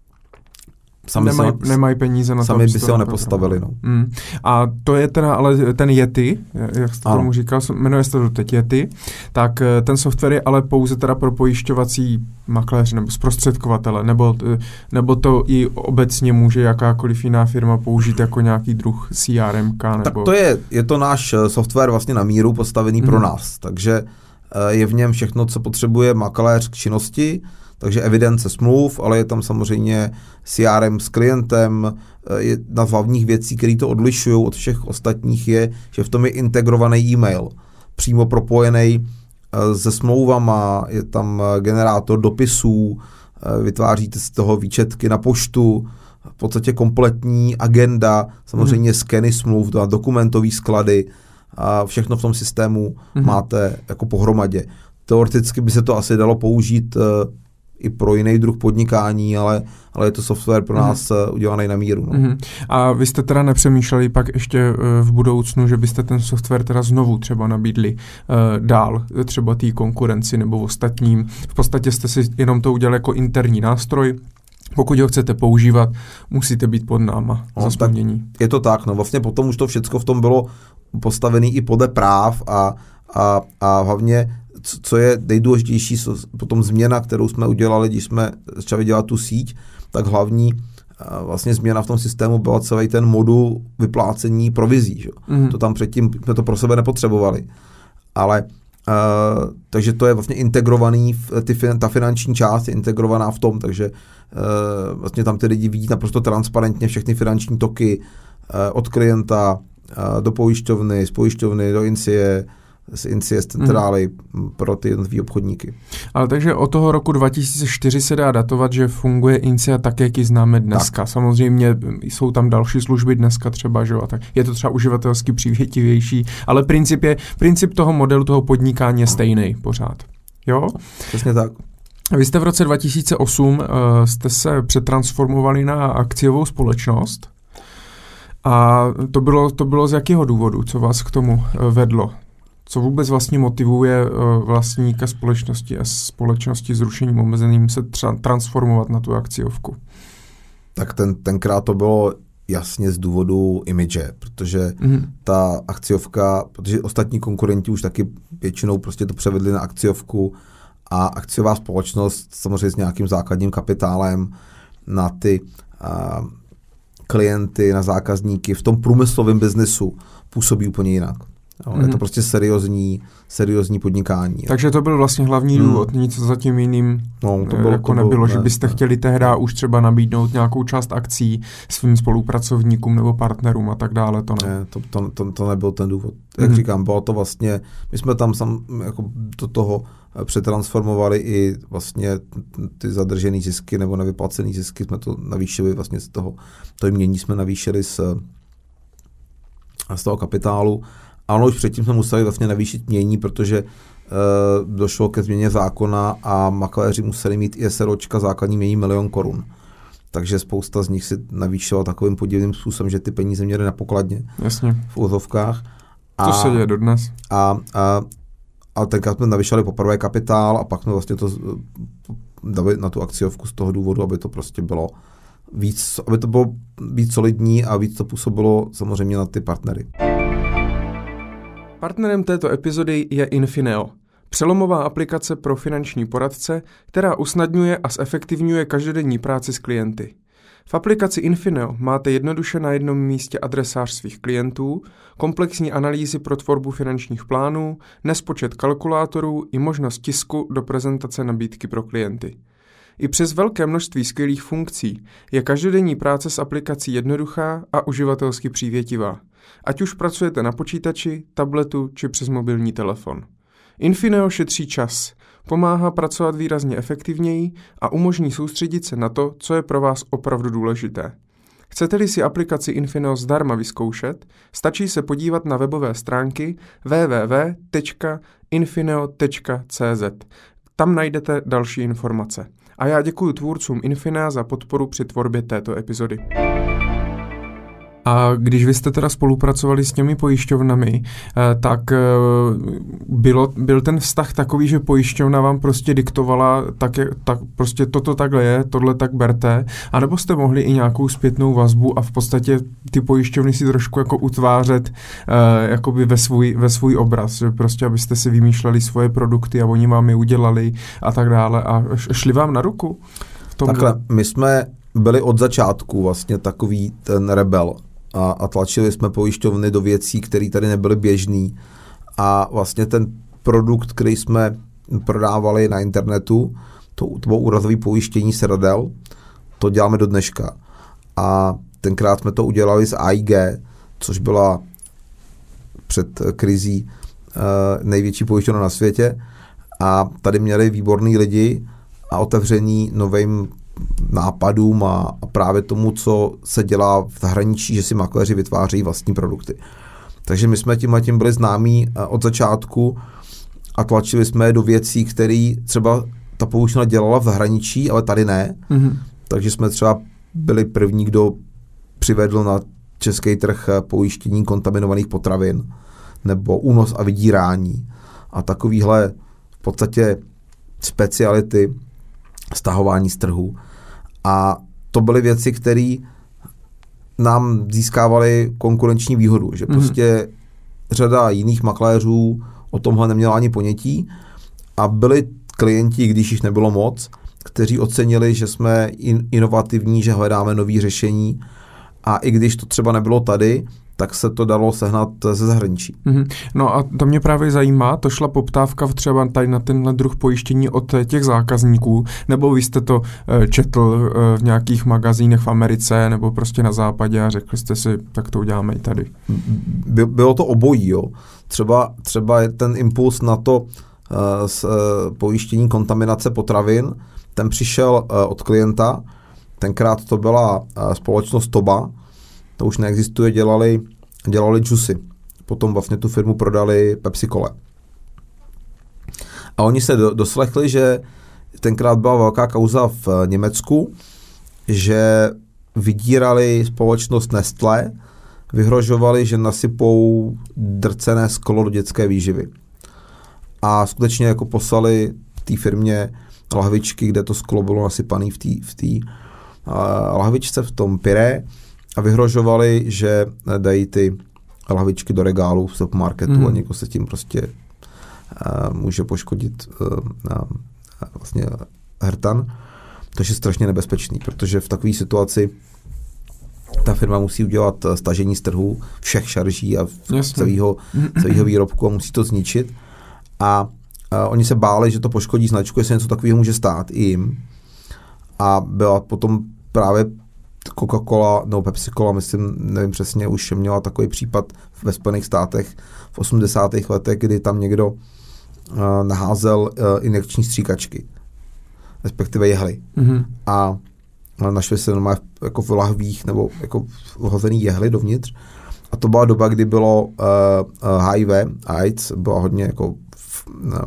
sami nemají, se, nemají peníze na to. Sami by si ho nepostavili. No. Mm. A to je teda ale ten Yeti, jak jste ano. tomu říkal, jmenuje se to teď Yeti, tak ten software je ale pouze teda pro pojišťovací makléře nebo zprostředkovatele, nebo, nebo to i obecně může jakákoliv jiná firma použít jako nějaký druh C R M K? Nebo... Tak to je, je to náš software vlastně na míru postavený mm. pro nás, takže je v něm všechno, co potřebuje makléř k činnosti, takže evidence smluv, ale je tam samozřejmě C R M s klientem. Jedna z hlavních věcí, které to odlišují od všech ostatních, je, že v tom je integrovaný e-mail, přímo propojený se smlouvama, je tam generátor dopisů, vytváříte z toho výčetky na poštu, v podstatě kompletní agenda, samozřejmě hmm. skeny smluv, dokumentový sklady a všechno v tom systému hmm. máte jako pohromadě. Teoreticky by se to asi dalo použít i pro jiný druh podnikání, ale, ale je to software pro nás mm. udělaný na míru. No. Mm. A vy jste teda nepřemýšleli pak ještě v budoucnu, že byste ten software teda znovu třeba nabídli uh, dál, třeba té konkurenci nebo ostatním. V podstatě jste si jenom to udělali jako interní nástroj. Pokud ho chcete používat, musíte být pod náma no, za splnění. Je to tak, no vlastně potom už to všechno v tom bylo postavené i podle práv a, a, a hlavně co je nejdůležitější, potom změna, kterou jsme udělali, když jsme začali dělat tu síť, tak hlavní vlastně změna v tom systému byla celý ten modul vyplácení provizí. Že? Mm. To tam předtím jsme to pro sebe nepotřebovali. Ale uh, takže to je vlastně integrovaný, ty, ta finanční část je integrovaná v tom, takže uh, vlastně tam ty lidi vidí naprosto transparentně všechny finanční toky uh, od klienta uh, do pojišťovny, z pojišťovny do Incie, z Incie z centrály mm. pro ty jednotlivé obchodníky. Ale takže od toho roku dva tisíce čtyři se dá datovat, že funguje Incia tak, jak ji známe dneska. Tak. Samozřejmě jsou tam další služby dneska třeba, že? A tak je to třeba uživatelsky přívětivější, ale princip, je, princip toho modelu, toho podnikání je stejný pořád. Jo? Přesně tak. Vy jste v roce dva tisíce osm uh, jste se přetransformovali na akciovou společnost A to bylo, to bylo z jakého důvodu, co vás k tomu vedlo? Co vůbec vlastně motivuje vlastníka společnosti a společnosti s ručením omezeným se tra- transformovat na tu akciovku? Tak ten, tenkrát to bylo jasně z důvodu imidže, protože mm. ta akciovka, protože ostatní konkurenti už taky většinou prostě to převedli na akciovku a akciová společnost samozřejmě s nějakým základním kapitálem na ty a, klienty, na zákazníky v tom průmyslovém biznesu působí úplně jinak. Jo, mm. Je to prostě seriózní, seriózní podnikání. Takže to byl vlastně hlavní důvod, mm. nic za tím jiným no, to bylo, jako to nebylo, bylo, že byste ne, chtěli tehdy už třeba nabídnout nějakou část akcí svým spolupracovníkům nebo partnerům a tak dále, to ne. ne to, to, to, to nebyl ten důvod. Jak mm. říkám, bylo to vlastně, my jsme tam sam, jako do toho přetransformovali i vlastně ty zadržené zisky nebo nevyplacené zisky, jsme to navýšili vlastně z toho, to jmění jsme navýšili z, z toho kapitálu. A ono už předtím jsme museli vlastně navýšit mění, protože uh, došlo ke změně zákona a makléři museli mít i SROčka základní mění milion korun. Takže spousta z nich si navýšila takovým podivným způsobem, že ty peníze měly na pokladně. Jasně. V úzovkách. To se děje dodnes. A, a, a tenkrát jsme navýšili poprvé kapitál a pak jsme vlastně to dali na tu akciovku z toho důvodu, aby to prostě bylo víc, aby to bylo víc solidní a víc to působilo samozřejmě na ty partnery. Partnerem této epizody je Infineo, přelomová aplikace pro finanční poradce, která usnadňuje a zefektivňuje každodenní práci s klienty. V aplikaci Infineo máte jednoduše na jednom místě adresář svých klientů, komplexní analýzy pro tvorbu finančních plánů, nespočet kalkulátorů i možnost tisku do prezentace nabídky pro klienty. I přes velké množství skvělých funkcí je každodenní práce s aplikací jednoduchá a uživatelsky přívětivá. Ať už pracujete na počítači, tabletu či přes mobilní telefon. Infineo šetří čas, pomáhá pracovat výrazně efektivněji a umožní soustředit se na to, co je pro vás opravdu důležité. Chcete-li si aplikaci Infineo zdarma vyzkoušet, stačí se podívat na webové stránky w w w tečka infineo tečka c z. Tam najdete další informace. A já děkuji tvůrcům Infinea za podporu při tvorbě této epizody. A když vy jste teda spolupracovali s těmi pojišťovnami, tak bylo, byl ten vztah takový, že pojišťovna vám prostě diktovala, tak, je, tak prostě toto takhle je, tohle tak berte, anebo jste mohli i nějakou zpětnou vazbu a v podstatě ty pojišťovny si trošku jako utvářet uh, jakoby ve svůj, ve svůj obraz, že prostě abyste si vymýšleli svoje produkty a oni vám je udělali a tak dále a šli vám na ruku? V tom Takhle, my jsme byli od začátku vlastně takový ten rebel. A, a tlačili jsme pojišťovny do věcí, které tady nebyly běžný. A vlastně ten produkt, který jsme prodávali na internetu, to, to bylo úrazové pojištění Cradle, to děláme do dneška. A tenkrát jsme to udělali s A I G, což byla před krizí uh, největší pojišťovna na světě. A tady měli výborný lidi a otevření novým nápadům a, a právě tomu, co se dělá v zahraničí, že si makléři vytváří vlastní produkty. Takže my jsme tím a tím byli známí od začátku a tlačili jsme do věcí, které třeba ta pojišťovna dělala v zahraničí, ale tady ne. Mm-hmm. Takže jsme třeba byli první, kdo přivedl na český trh pojištění kontaminovaných potravin nebo únos a vydírání a takovýhle v podstatě speciality stahování z trhu. A to byly věci, které nám získávaly konkurenční výhodu, že prostě mm. řada jiných makléřů o tomhle neměla ani ponětí a byli klienti, když jich nebylo moc, kteří ocenili, že jsme in, inovativní, že hledáme nový řešení a i když to třeba nebylo tady, tak se to dalo sehnat ze zahraničí. Mm-hmm. No a to mě právě zajímá, to šla poptávka třeba tady na tenhle druh pojištění od těch zákazníků, nebo vy jste to četl v nějakých magazínech v Americe, nebo prostě na západě a řekli jste si, tak to uděláme i tady. By, bylo to obojí, jo. Třeba, třeba je ten impuls na to uh, s, uh, pojištění kontaminace potravin, ten přišel uh, od klienta, tenkrát to byla uh, společnost Toba, to už neexistuje, dělali, dělali džusy. Potom vlastně tu firmu prodali Pepsi-Cole. A oni se do, doslechli, že tenkrát byla velká kauza v Německu, že vydírali společnost Nestlé vyhrožovali, že nasypou drcené sklo do dětské výživy. A skutečně jako poslali té firmě lahvičky, kde to sklo bylo nasypané v té v té lahvičce, v tom pyré, a vyhrožovali, že dají ty lahvičky do regálu v supermarketu mm. a někdo se tím prostě uh, může poškodit uh, uh, vlastně hrtan. To je strašně nebezpečný, protože v takové situaci ta firma musí udělat stažení z trhu všech šarží a celého, celého výrobku a musí to zničit. A, a oni se báli, že to poškodí značku, jestli něco takového může stát i jim. A byla potom právě Coca-Cola, nebo Pepsi-Cola, myslím, nevím přesně, už měla takový případ ve Spojených státech v osmdesátých letech, kdy tam někdo uh, naházel uh, injekční stříkačky, respektive jehly. Mm-hmm. A našli se normálně jako v lahvích nebo jako vhozený jehly dovnitř. A to byla doba, kdy bylo uh, uh, H I V, AIDS, bylo hodně jako uh,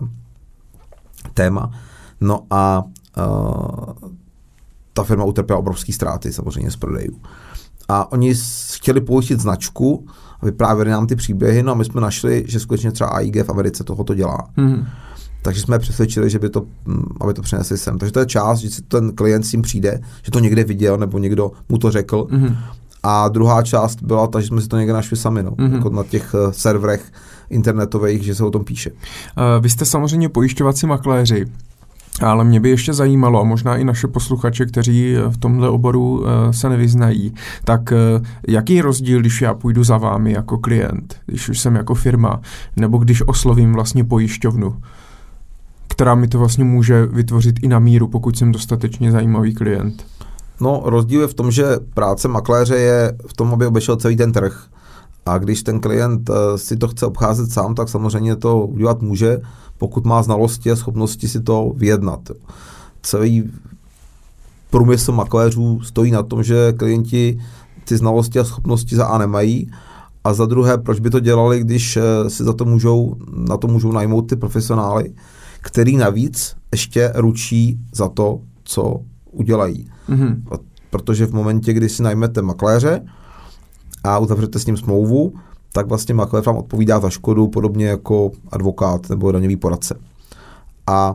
téma. No a uh, ta firma utrpěla obrovské ztráty samozřejmě z prodejů. A oni chtěli pojistit značku a vyprávěli nám ty příběhy, no a my jsme našli, že skutečně třeba A I G v Americe tohoto dělá. Mm. Takže jsme přesvědčili, že by to, aby to přinesli sem. Takže to je část, že si ten klient s tím přijde, že to někde viděl nebo někdo mu to řekl. Mm. A druhá část byla ta, že jsme si to někde našli sami, no, mm. jako na těch uh, serverech internetových, že se o tom píše. Uh, vy jste samozřejmě pojišťovací makléři. Ale mě by ještě zajímalo, a možná i naše posluchače, kteří v tomhle oboru uh, se nevyznají, tak uh, jaký je rozdíl, když já půjdu za vámi jako klient, když už jsem jako firma, nebo když oslovím vlastně pojišťovnu, která mi to vlastně může vytvořit i na míru, pokud jsem dostatečně zajímavý klient? No, rozdíl je v tom, že práce makléře je v tom, aby obešel celý ten trh. A když ten klient uh, si to chce obcházet sám, tak samozřejmě to udělat může, pokud má znalosti a schopnosti si to vyjednat. Celý průmysl makléřů stojí na tom, že klienti ty znalosti a schopnosti za A nemají a za druhé, proč by to dělali, když si za to můžou, na to můžou najmout ty profesionály, který navíc ještě ručí za to, co udělají. Mm-hmm. Protože v momentě, kdy si najmete makléře a uzavřete s ním smlouvu, tak vlastně makléř vám odpovídá za škodu, podobně jako advokát nebo daňový poradce. A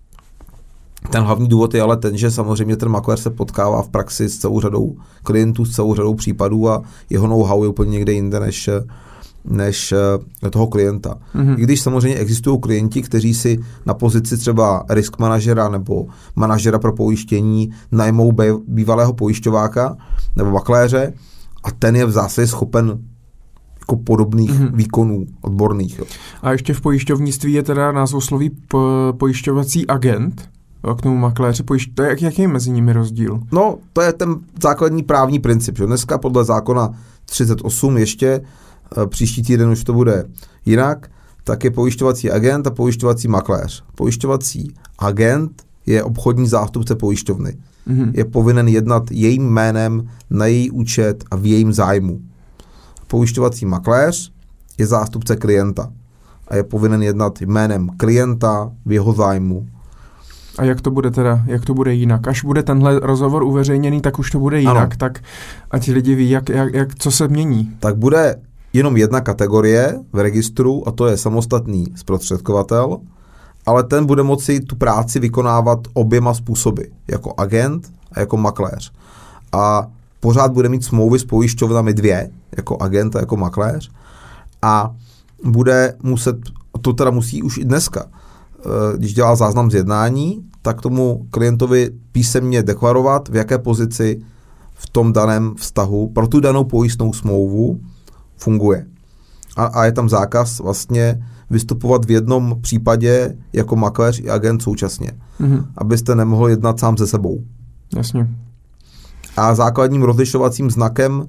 ten hlavní důvod je ale ten, že samozřejmě ten makléř se potkává v praxi s celou řadou klientů, s celou řadou případů a jeho know-how je úplně někde jinde než, než toho klienta. Mm-hmm. I když samozřejmě existují klienti, kteří si na pozici třeba risk manažera nebo manažera pro pojištění najmou bývalého pojišťováka nebo makléře a ten je v zásadě schopen jako podobných mm-hmm. výkonů odborných. Jo. A ještě v pojišťovnictví je teda názvosloví po, pojišťovací agent, k tomu makléři. Pojišť... To je, jak, jaký je mezi nimi rozdíl? No, to je ten základní právní princip. Že? Dneska podle zákona třicet osm ještě, příští týden už to bude jinak, tak je pojišťovací agent a pojišťovací makléř. Pojišťovací agent je obchodní zástupce pojišťovny. Mm-hmm. Je povinen jednat jejím jménem na její účet a v jejím zájmu. Pojišťovací makléř je zástupce klienta a je povinen jednat jménem klienta v jeho zájmu. A jak to bude teda, jak to bude jinak? Až bude tenhle rozhovor uveřejněný, tak už to bude jinak, ano. Tak ať lidi ví, jak, jak, jak, co se mění. Tak bude jenom jedna kategorie v registru a to je samostatný zprostředkovatel, ale ten bude moci tu práci vykonávat oběma způsoby, jako agent a jako makléř. A pořád bude mít smlouvy s pojišťovnami dvě, jako agent a jako makléř a bude muset, to teda musí už i dneska, když dělá záznam z jednání, tak tomu klientovi písemně deklarovat, v jaké pozici v tom daném vztahu pro tu danou pojistnou smlouvu funguje. A, a je tam zákaz vlastně vystupovat v jednom případě jako makléř i agent současně, mm-hmm. abyste nemohli jednat sám se sebou. Jasně. A základním rozlišovacím znakem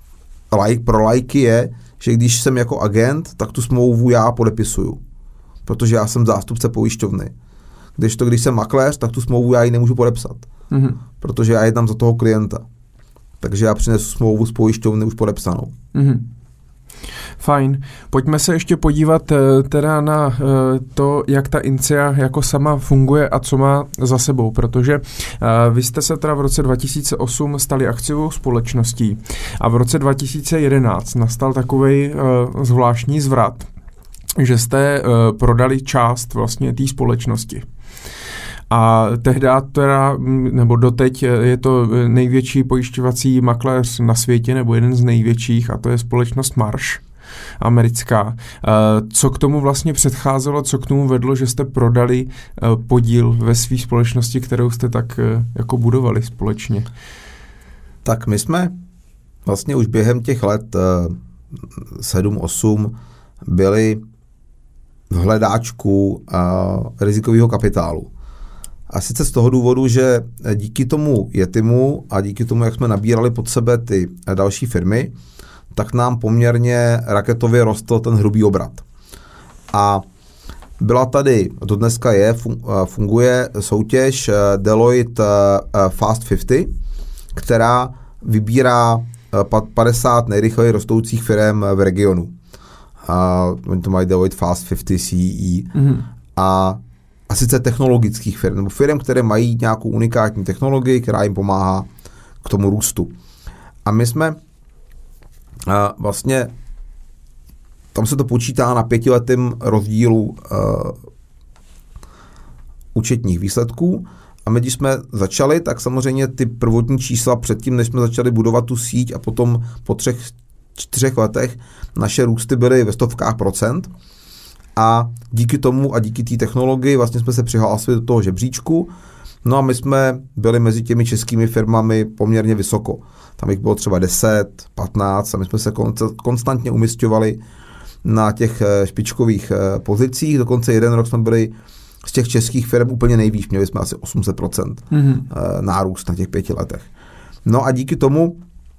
pro lajky je, že když jsem jako agent, tak tu smlouvu já podepisuju, protože já jsem zástupce pojišťovny. Když to, když jsem makléř, tak tu smlouvu já ji nemůžu podepsat, mm-hmm. protože já jednám za toho klienta. Takže já přinesu smlouvu z pojišťovny už podepsanou. Mm-hmm. Fajn. Pojďme se ještě podívat teda na to, jak ta Incia jako sama funguje a co má za sebou, protože vy jste se teda v roce dva tisíce osm stali akciovou společností a v roce dva tisíce jedenáct nastal takovej zvláštní zvrat, že jste prodali část vlastně té společnosti. A tehdy teda, nebo doteď je to největší pojišťovací makléř na světě, nebo jeden z největších, a to je společnost Marsh, americká. Co k tomu vlastně předcházelo, co k tomu vedlo, že jste prodali podíl ve své společnosti, kterou jste tak jako budovali společně? Tak my jsme vlastně už během těch let sedm osm byli v hledáčku rizikového kapitálu. A sice z toho důvodu, že díky tomu Yetimu a díky tomu, jak jsme nabírali pod sebe ty další firmy, tak nám poměrně raketově rostl ten hrubý obrat. A byla tady, to dneska je, funguje soutěž Deloitte Fast padesát, která vybírá padesát nejrychleji rostoucích firm v regionu. A oni to mají Deloitte Fast padesát C E E. Mm-hmm. A A sice technologických firm, nebo firm, které mají nějakou unikátní technologii, která jim pomáhá k tomu růstu. A my jsme a vlastně, tam se to počítá na pětiletém rozdílu uh, účetních výsledků. A my, když jsme začali, tak samozřejmě ty prvotní čísla předtím, než jsme začali budovat tu síť a potom po třech, čtyřech letech naše růsty byly ve stovkách procent. A díky tomu a díky té technologii vlastně jsme se přihlásili do toho žebříčku. No a my jsme byli mezi těmi českými firmami poměrně vysoko. Tam jich bylo třeba deset, patnáct a my jsme se konstantně umisťovali na těch špičkových pozicích. Dokonce jeden rok jsme byli z těch českých firm úplně nejvíc. Měli jsme asi osm set procent mm-hmm. nárůst na těch pěti letech. No a díky tomu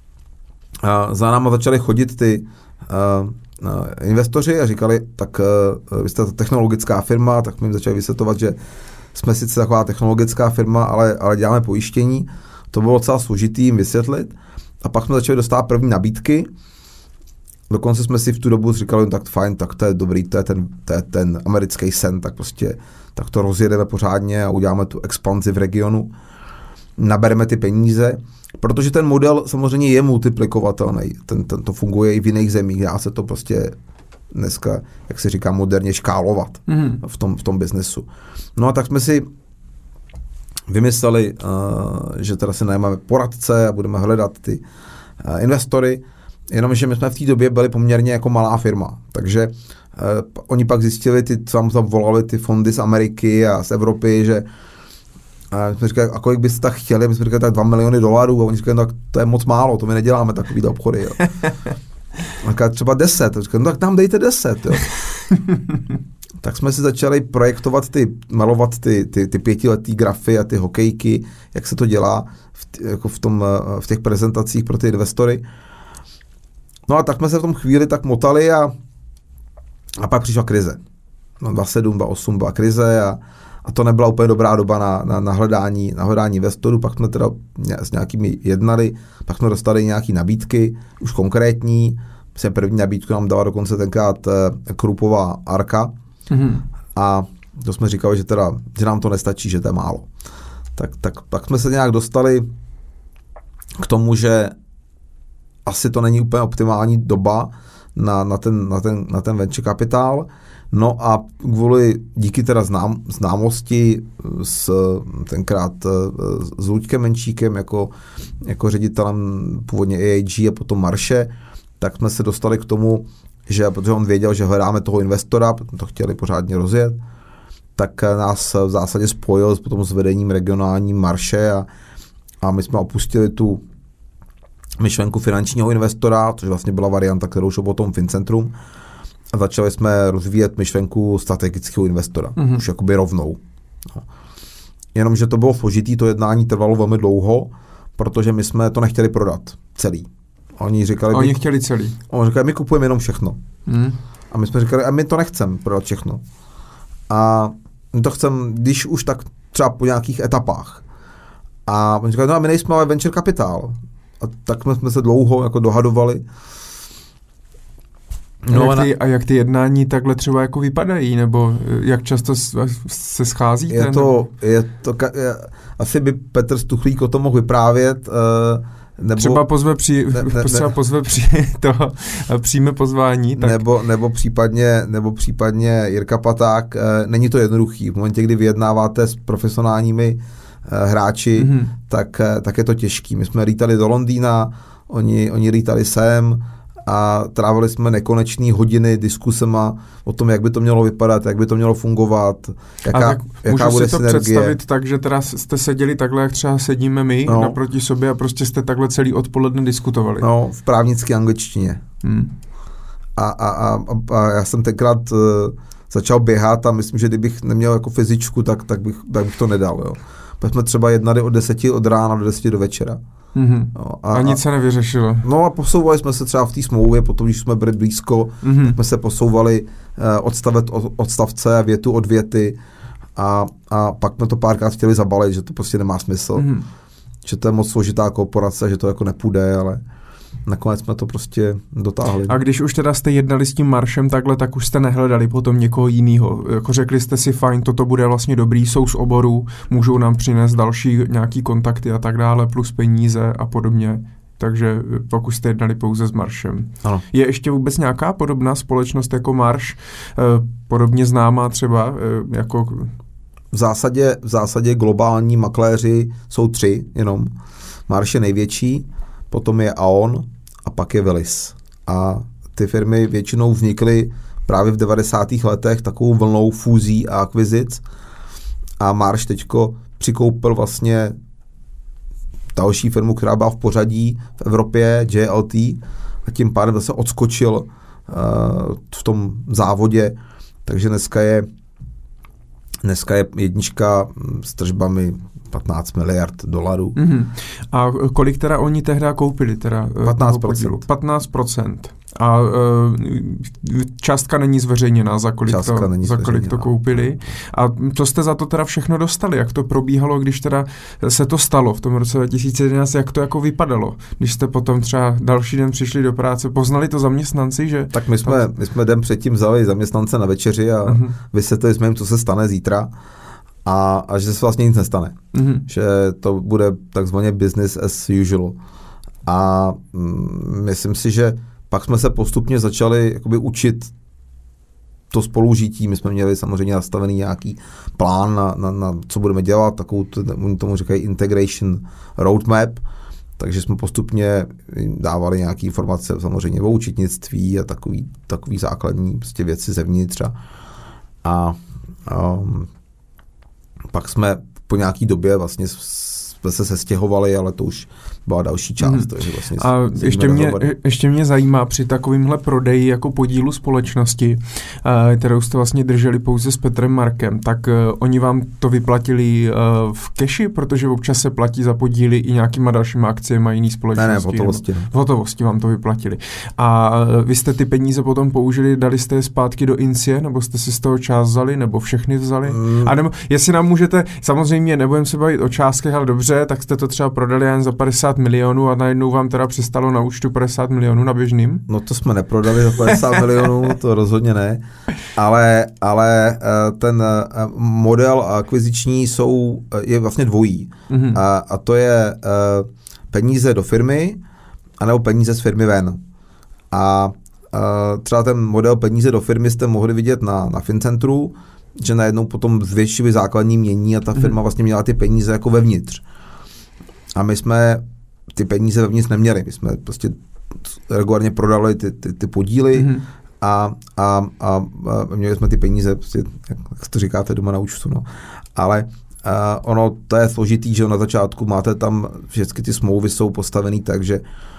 za náma začaly chodit ty investoři a říkali, tak uh, vy jste technologická firma, tak jsme jim začali vysvětlovat, že jsme sice taková technologická firma, ale, ale děláme pojištění. To bylo docela složitý jim vysvětlit. A pak jsme začali dostávat první nabídky. Dokonce jsme si v tu dobu říkali, tak fajn, tak to je dobrý, to je ten, to je ten americký sen, tak prostě tak to rozjedeme pořádně a uděláme tu expanzi v regionu. Nabereme ty peníze, protože ten model samozřejmě je multiplikovatelný. Ten, ten, to funguje i v jiných zemích. Dá se to prostě dneska, jak se říká, moderně škálovat mm. v tom, v tom biznesu. No a tak jsme si vymysleli, uh, že teda si najmeme poradce a budeme hledat ty uh, investory, jenomže my jsme v té době byli poměrně jako malá firma. Takže uh, oni pak zjistili, ty, co tam volali ty fondy z Ameriky a z Evropy, že a my jsme říkali, a kolik byste tak chtěli? My jsme říkali, tak dva miliony dolarů. A oni říkali, tak to je moc málo, to my neděláme takovýhle obchody. Jo. A říkali, třeba deset. A říkali, no tak nám dejte deset. Jo. Tak jsme si začali projektovat ty, malovat ty, ty, ty pětiletý grafy a ty hokejky, jak se to dělá v, jako v, tom, v těch prezentacích pro ty investory. No a tak jsme se v tom chvíli tak motali a, a pak přišla krize. No dvacet sedm, dvacet osm byla krize a A to nebyla úplně dobrá doba na, na, na, hledání, na hledání investorů, pak jsme teda s nějakými jednali, pak jsme dostali nějaké nabídky, už konkrétní. Myslím, první nabídku nám dala dokonce tenkrát Krupová Arka mm-hmm. a to jsme říkali, že, teda, že nám to nestačí, že to je málo. Tak, tak, tak jsme se nějak dostali k tomu, že asi to není úplně optimální doba na, na, ten, na, ten, na ten venture kapitál. No a kvůli, díky teda znám, známosti s tenkrát s Luďkem Menšíkem jako, jako ředitelem původně A I G a potom Marshe, tak jsme se dostali k tomu, že protože on věděl, že hledáme toho investora, protože to chtěli pořádně rozjet, tak nás v zásadě spojil potom s vedením regionálním Marshe a, a my jsme opustili tu myšlenku finančního investora, což vlastně byla varianta, kterou šlo potom Fincentrum. A začali jsme rozvíjet myšlenku strategického investora. Mm-hmm. Už jakoby rovnou. No. Jenomže to bylo složitý, to jednání trvalo velmi dlouho, protože my jsme to nechtěli prodat celý. Oni říkali... Oni my, chtěli celý. Oni říkali, my kupujeme jenom všechno. Mm. A my jsme říkali, a my to nechceme prodat všechno. A my to chceme, když už tak třeba po nějakých etapách. A oni říkali, no a my nejsme ale venture kapitál. A tak jsme, jsme se dlouho jako dohadovali. No a, jak ty, a jak ty jednání takhle třeba jako vypadají, nebo jak často se scházíte? Je to, je to, je, asi by Petr Stuchlík o tom mohl vyprávět, uh, nebo, třeba pozve při, ne, ne, třeba pozve při toho, přijme pozvání. Tak. Nebo, nebo, případně, nebo případně Jirka Paták. Uh, není to jednoduchý. V momentě, kdy vyjednáváte s profesionálními uh, hráči, mm-hmm. tak, uh, tak je to těžký. My jsme lítali do Londýna, oni, oni lítali sem, a trávili jsme nekonečné hodiny diskusema o tom, jak by to mělo vypadat, jak by to mělo fungovat, jaká, tak jaká bude si to synergie. Představit tak, že teda jste seděli takhle, jak třeba sedíme my no. naproti sobě a prostě jste takhle celý odpoledne diskutovali. No, v právnické angličtině. Hmm. A, a, a, a já jsem tenkrát uh, začal běhat a myslím, že kdybych neměl jako fyzičku, tak, tak, bych, tak bych to nedal. Jo. Pak jsme třeba jednali od deseti od rána do deseti do večera. Mm-hmm. No, a, a nic se nevyřešilo. No a posouvali jsme se třeba v té smlouvě, potom, když jsme byli blízko, mm-hmm. jsme se posouvali uh, odstavec od odstavce, větu od věty a, a pak jsme to párkrát chtěli zabalit, že to prostě nemá smysl. Mm-hmm. Že to je moc složitá korporace, že to jako nepůjde, ale nakonec jsme to prostě dotáhli. A když už teda jste jednali s tím Maršem takhle, tak už jste nehledali potom někoho jiného. Jako řekli jste si, fajn, toto bude vlastně dobrý, jsou z oboru, můžou nám přinést další nějaký kontakty a tak dále, plus peníze a podobně. Takže pokud jste jednali pouze s Maršem. Ano. Je ještě vůbec nějaká podobná společnost jako Marš, eh, podobně známá třeba eh, jako... V zásadě, v zásadě globální makléři jsou tři jenom. Marš je největší, potom je Aon a pak je Willis. A ty firmy většinou vznikly právě v devadesátých letech takovou vlnou fúzí a akvizic a Marš teďko přikoupil vlastně další firmu, která byla v pořadí v Evropě, J L T, a tím pádem zase odskočil uh, v tom závodě, takže dneska je dneska je jednička s tržbami patnáct miliard dolarů. Mm-hmm. A kolik teda oni tehdy koupili? Teda, patnáct procent. patnáct procent. A uh, částka není zveřejněná, za kolik, to, za kolik to koupili. A to jste za to teda všechno dostali? Jak to probíhalo, když teda se to stalo v tom roce dva tisíce jedenáct? Jak to jako vypadalo? Když jste potom třeba další den přišli do práce, poznali to zaměstnanci, že... Tak my jsme, my jsme den předtím vzali zaměstnance na večeři a uh-huh. vysvětlili jsme jim, co se stane zítra. A, a že se vlastně nic nestane. Mm-hmm. Že to bude takzvaně business as usual. A mm, myslím si, že pak jsme se postupně začali jakoby učit to spolužití. My jsme měli samozřejmě nastavený nějaký plán na, na, na co budeme dělat, takovou, oni tomu říkají integration roadmap, takže jsme postupně dávali nějaké informace samozřejmě o účetnictví a takový, takový základní prostě věci zevnitř. A, a um, pak jsme po nějaký době vlastně jsme se sestěhovali, ale to už byla další část. Hmm. Takže vlastně a ještě mě, ještě mě zajímá při takovýmhle prodeji jako podílu společnosti, uh, kterou jste vlastně drželi pouze s Petrem Markem, tak uh, oni vám to vyplatili uh, v keši, protože občas se platí za podíly i nějakýma dalšíma akciemi jiný společnosti. Ne, ne, v hotovosti. V hotovosti vám to vyplatili. A uh, vy jste ty peníze potom použili, dali jste je zpátky do Incie, nebo jste si z toho část vzali, nebo všechny vzali? Hmm. A nebo jestli nám můžete, samozřejmě nebudeme se bavit o částkách, ale dobře, tak jste to třeba prodali jen za padesát milionů a najednou vám teda přistalo na účtu padesát milionů na běžným? No to jsme neprodali za padesát milionů, to rozhodně ne, ale, ale ten model akviziční jsou, je vlastně dvojí. Mm-hmm. A, a to je peníze do firmy anebo peníze z firmy ven. A třeba ten model peníze do firmy jste mohli vidět na, na Fincentru, že najednou potom zvětšili základní mění a ta firma vlastně měla ty peníze jako vevnitř. A my jsme ty peníze vevnitř neměli. My jsme prostě regulárně prodali ty, ty, ty podíly mm-hmm. a, a, a, a měli jsme ty peníze, prostě, jak to říkáte, doma na účtu. No. Ale a ono, to je složitý, že na začátku máte tam, všechny ty smlouvy jsou postavený tak, že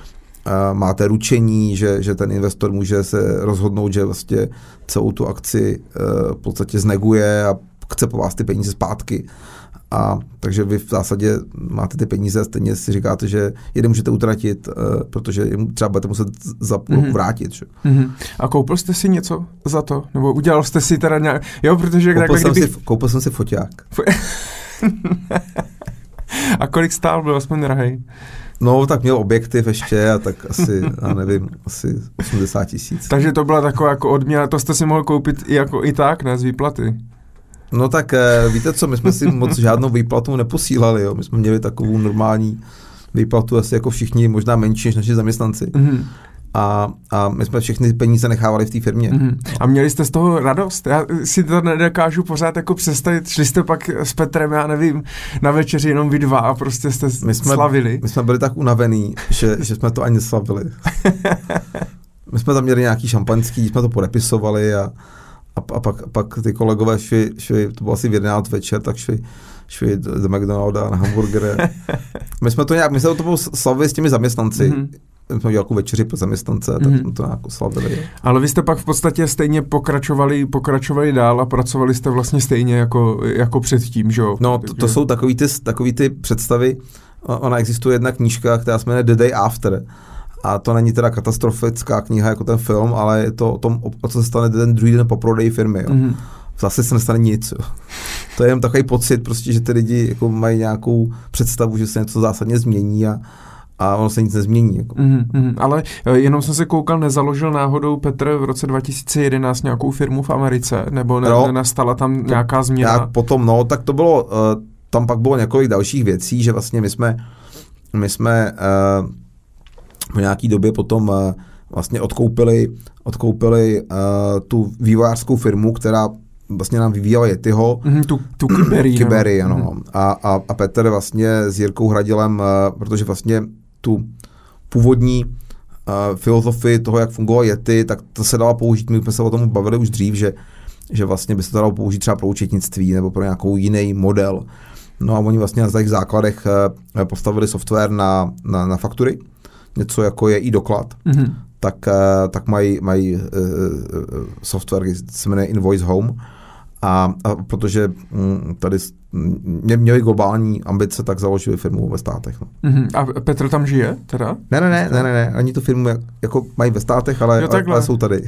a máte ručení, že, že ten investor může se rozhodnout, že vlastně celou tu akci uh, v podstatě zneguje a chce po vás ty peníze zpátky. A takže vy v zásadě máte ty peníze a stejně si říkáte, že je nemůžete utratit, uh, protože třeba budete muset za půl roku vrátit. Že? Mm-hmm. A koupil jste si něco za to? Nebo udělal jste si teda nějak... Jo, protože... Koupil, takhle, jsem, kdybych... si, koupil jsem si foťák. A kolik stál? Byl aspoň drahej? No, tak měl objektiv ještě a tak asi, já nevím, asi osmdesát tisíc. Takže to byla taková jako odměna, to jste si mohl koupit i, jako, i tak, ne, z výplaty? No tak víte co, my jsme si moc žádnou výplatu neposílali, jo. My jsme měli takovou normální výplatu asi jako všichni, možná menší než naši zaměstnanci. Mm-hmm. A, a my jsme všechny peníze nechávali v té firmě. Mm-hmm. A měli jste z toho radost? Já si to nedokážu pořád jako představit. Šli jste pak s Petrem, já nevím, na večeři jenom vy dva a prostě jste my jsme, slavili. My jsme byli tak unavení, že, že jsme to ani neslavili. My jsme tam měli nějaký šampaňský, jsme to podepisovali a, a, a pak, pak ty kolegové šli, šli, to bylo asi v jedenáct večer, tak šli, šli do McDonalda na hamburgery. My jsme to nějak, my jsme to bylo slavili s těmi zaměstnanci. Mm-hmm. My jsme dělali večeři pro zaměstnance, tak mm-hmm. jsme to nějak slavili. Ale vy jste pak v podstatě stejně pokračovali, pokračovali dál a pracovali jste vlastně stejně jako, jako předtím, že jo? No, to, to jsou takový ty, takový ty představy. Ona existuje jedna knížka, která se jmenuje The Day After. A to není teda katastrofická kniha jako ten film, ale je to o tom, o co se stane ten druhý den po prodeji firmy. Jo. Mm-hmm. Zase se nestane nic. Jo. To je jen takový pocit, prostě, že ty lidi jako mají nějakou představu, že se něco zásadně změní a a ono se nic nezmění. Jako. Mm-hmm, ale jenom jsem se koukal, nezaložil náhodou Petr v roce dva tisíce jedenáct nějakou firmu v Americe? Nebo ne, no, nenastala tam to, nějaká změna? Jak potom, no, tak to bylo, uh, tam pak bylo několik dalších věcí, že vlastně my jsme, my jsme uh, v nějaký době potom uh, vlastně odkoupili, odkoupili uh, tu vývojářskou firmu, která vlastně nám vyvíjela Yetiho. Mm, tu, tu Kyberii. Kyberii, ano. Mm. A, a, a Petr vlastně s Jirkou Hradilem, uh, protože vlastně tu původní uh, filozofii toho, jak fungoval Yeti, tak to se dalo použít, my jsme se o tom bavili už dřív, že, že vlastně by se to dalo použít třeba pro účetnictví nebo pro nějakou jiný model. No a oni vlastně na těch základech uh, postavili software na, na, na faktury, něco jako je i doklad. Mm-hmm. Tak, uh, tak mají, mají uh, software, který se jmenuje Invoice Home. A, a protože m, tady mě, měli globální ambice, tak založili firmu ve státech. No. Mm-hmm. A Petr tam žije teda? Ne, ne, ne, ne, ne, ne. Oni tu firmu jako mají ve státech, ale, ale, ale jsou tady.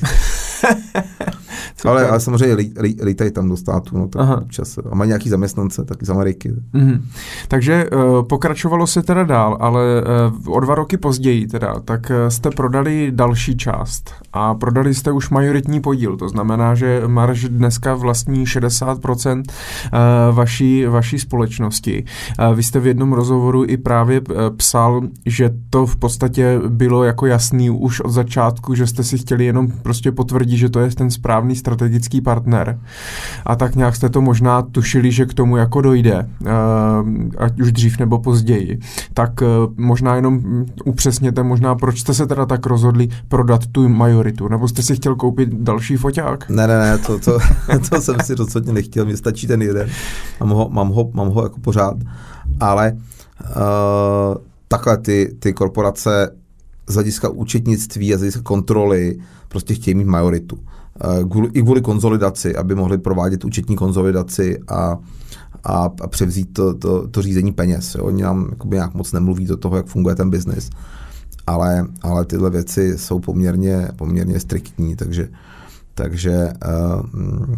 ale, ale samozřejmě lí, lí, lítají tam do státu, no, tak občas. A mají nějaký zaměstnance, taky z Ameriky. Mm-hmm. Takže uh, pokračovalo se teda dál, ale uh, o dva roky později teda, tak uh, jste prodali další část a prodali jste už majoritní podíl, to znamená, že Marž dneska vlastní šedesát procent uh, vaší, vaší společnosti. Uh, vy jste v jednom rozhovoru i právě uh, psal, že to v podstatě bylo jako jasný už od začátku, že jste si chtěli jenom prostě potvrdit, že to je ten správný strategický partner. A tak nějak jste to možná tušili, že k tomu jako dojde, uh, ať už dřív nebo později. Tak uh, možná jenom upřesněte, možná proč jste se teda tak rozhodli prodat tu majoritu, nebo jste si chtěl koupit další foťák? Ne, ne, ne, to, to, to jsem si rozhodně nechtěl, mně stačí ten jeden, mám ho, mám ho, mám ho jako pořád, ale uh, takhle ty, ty korporace z hlediska účetnictví a z hlediska kontroly prostě chtějí mít majoritu. Kvůli, i kvůli konzolidaci, aby mohli provádět účetní konzolidaci a, a, a převzít to, to, to řízení peněz. Jo. Oni nám jakoby nějak moc nemluví do toho, jak funguje ten biznis, ale, ale tyhle věci jsou poměrně, poměrně striktní, takže, takže uh,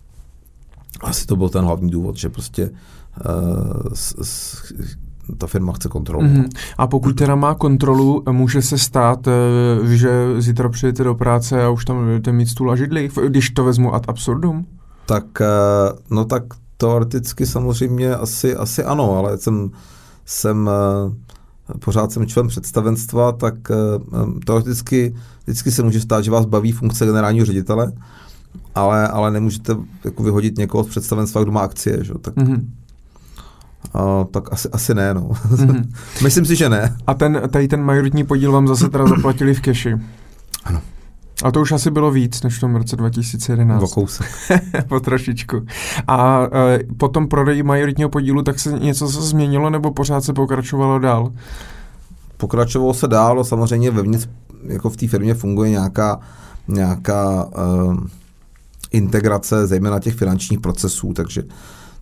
asi to byl ten hlavní důvod, že prostě uh, s, s, ta firma chce kontrolu. Mm-hmm. A pokud teda má kontrolu, může se stát, že zítra přijdete do práce a už tam budete mít stůl a židli, když to vezmu ad absurdum? Tak, no tak teoreticky samozřejmě asi, asi ano, ale jsem, jsem pořád jsem člen představenstva, tak teoreticky vždycky se může stát, že vás baví funkce generálního ředitele, ale, ale nemůžete jako vyhodit někoho z představenstva, kdo má akcie, že? Tak mm-hmm. Uh, tak asi, asi ne, no. Mm-hmm. Myslím si, že ne. A ten, tady ten majoritní podíl vám zase teda zaplatili v keši. Ano. A to už asi bylo víc, než v tom roce dva tisíce jedenáct. O kousek. Po trošičku. A uh, po tom prodeji majoritního podílu, tak se něco se změnilo, nebo pořád se pokračovalo dál? Pokračovalo se dál, samozřejmě vevnitř, jako v té firmě funguje nějaká, nějaká uh, integrace, zejména těch finančních procesů, takže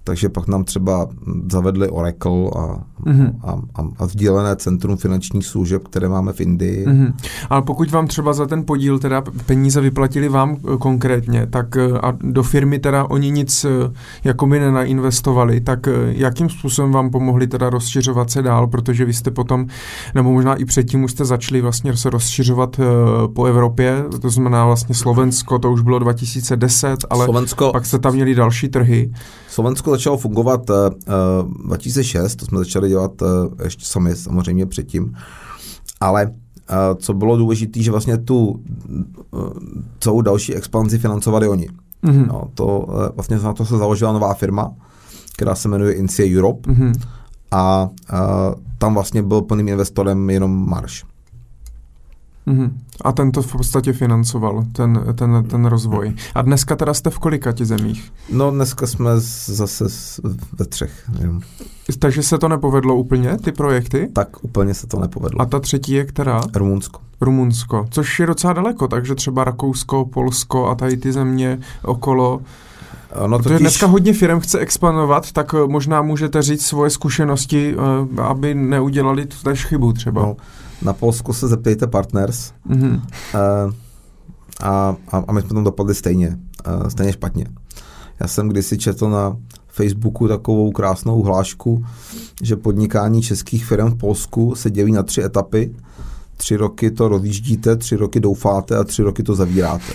Takže pak nám třeba zavedli Oracle a, mm-hmm. a, a, a sdílené centrum finančních služeb, které máme v Indii. Mm-hmm. Ale pokud vám třeba za ten podíl teda peníze vyplatili vám konkrétně, tak a do firmy teda oni nic jakoby nenainvestovali, tak jakým způsobem vám pomohli teda rozšiřovat se dál, protože vy jste potom, nebo možná i předtím už jste začali vlastně se rozšiřovat po Evropě, to znamená vlastně Slovensko, to už bylo dva tisíce deset, ale Slovensko, pak jste tam měli další trhy. Slovensko začalo fungovat uh, dva tisíce šest, to jsme začali dělat uh, ještě sami samozřejmě předtím, ale uh, co bylo důležité, že vlastně tu uh, celou další expanzi financovali oni. Mm-hmm. No, to, uh, vlastně na to se založila nová firma, která se jmenuje Insia Europe mm-hmm. a uh, tam vlastně byl plným investorem jenom Marš. Mm-hmm. A ten to v podstatě financoval, ten, ten, ten rozvoj. A dneska teda jste v kolika těch zemích? No dneska jsme zase ve třech. Jenom. Takže se to nepovedlo úplně, ty projekty? Tak úplně se to nepovedlo. A ta třetí je která? Rumunsko. Rumunsko, což je docela daleko, takže třeba Rakousko, Polsko a tady ty země okolo. No, protože totiž... dneska hodně firm chce expandovat, tak možná můžete říct svoje zkušenosti, aby neudělali tu též chybu třeba. No. Na Polsku se zeptejte Partners mm-hmm. uh, a, a my jsme tam dopadli stejně, uh, stejně špatně. Já jsem kdysi četl na Facebooku takovou krásnou hlášku, že podnikání českých firm v Polsku se dělí na tři etapy. Tři roky to rozjíždíte, tři roky doufáte a tři roky to zavíráte.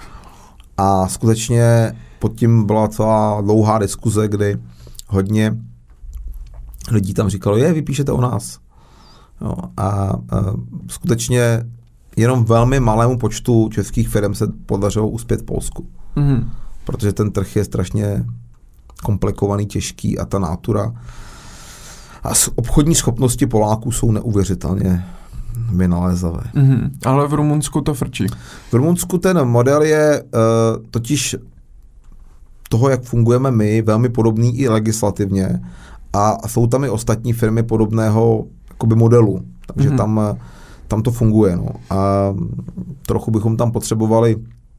A skutečně pod tím byla celá dlouhá diskuze, kdy hodně lidí tam říkalo, je, vy píšete o nás. No, a, a skutečně jenom velmi malému počtu českých firm se podařilo uspět v Polsku. Mm-hmm. Protože ten trh je strašně komplikovaný, těžký a ta nátura a obchodní schopnosti Poláků jsou neuvěřitelně vynalézavé. Mm-hmm. Ale v Rumunsku to frčí. V Rumunsku ten model je uh, totiž toho, jak fungujeme my, velmi podobný i legislativně a jsou tam i ostatní firmy podobného jakoby modelu, takže mm-hmm. tam, tam to funguje. No. A trochu bychom tam potřebovali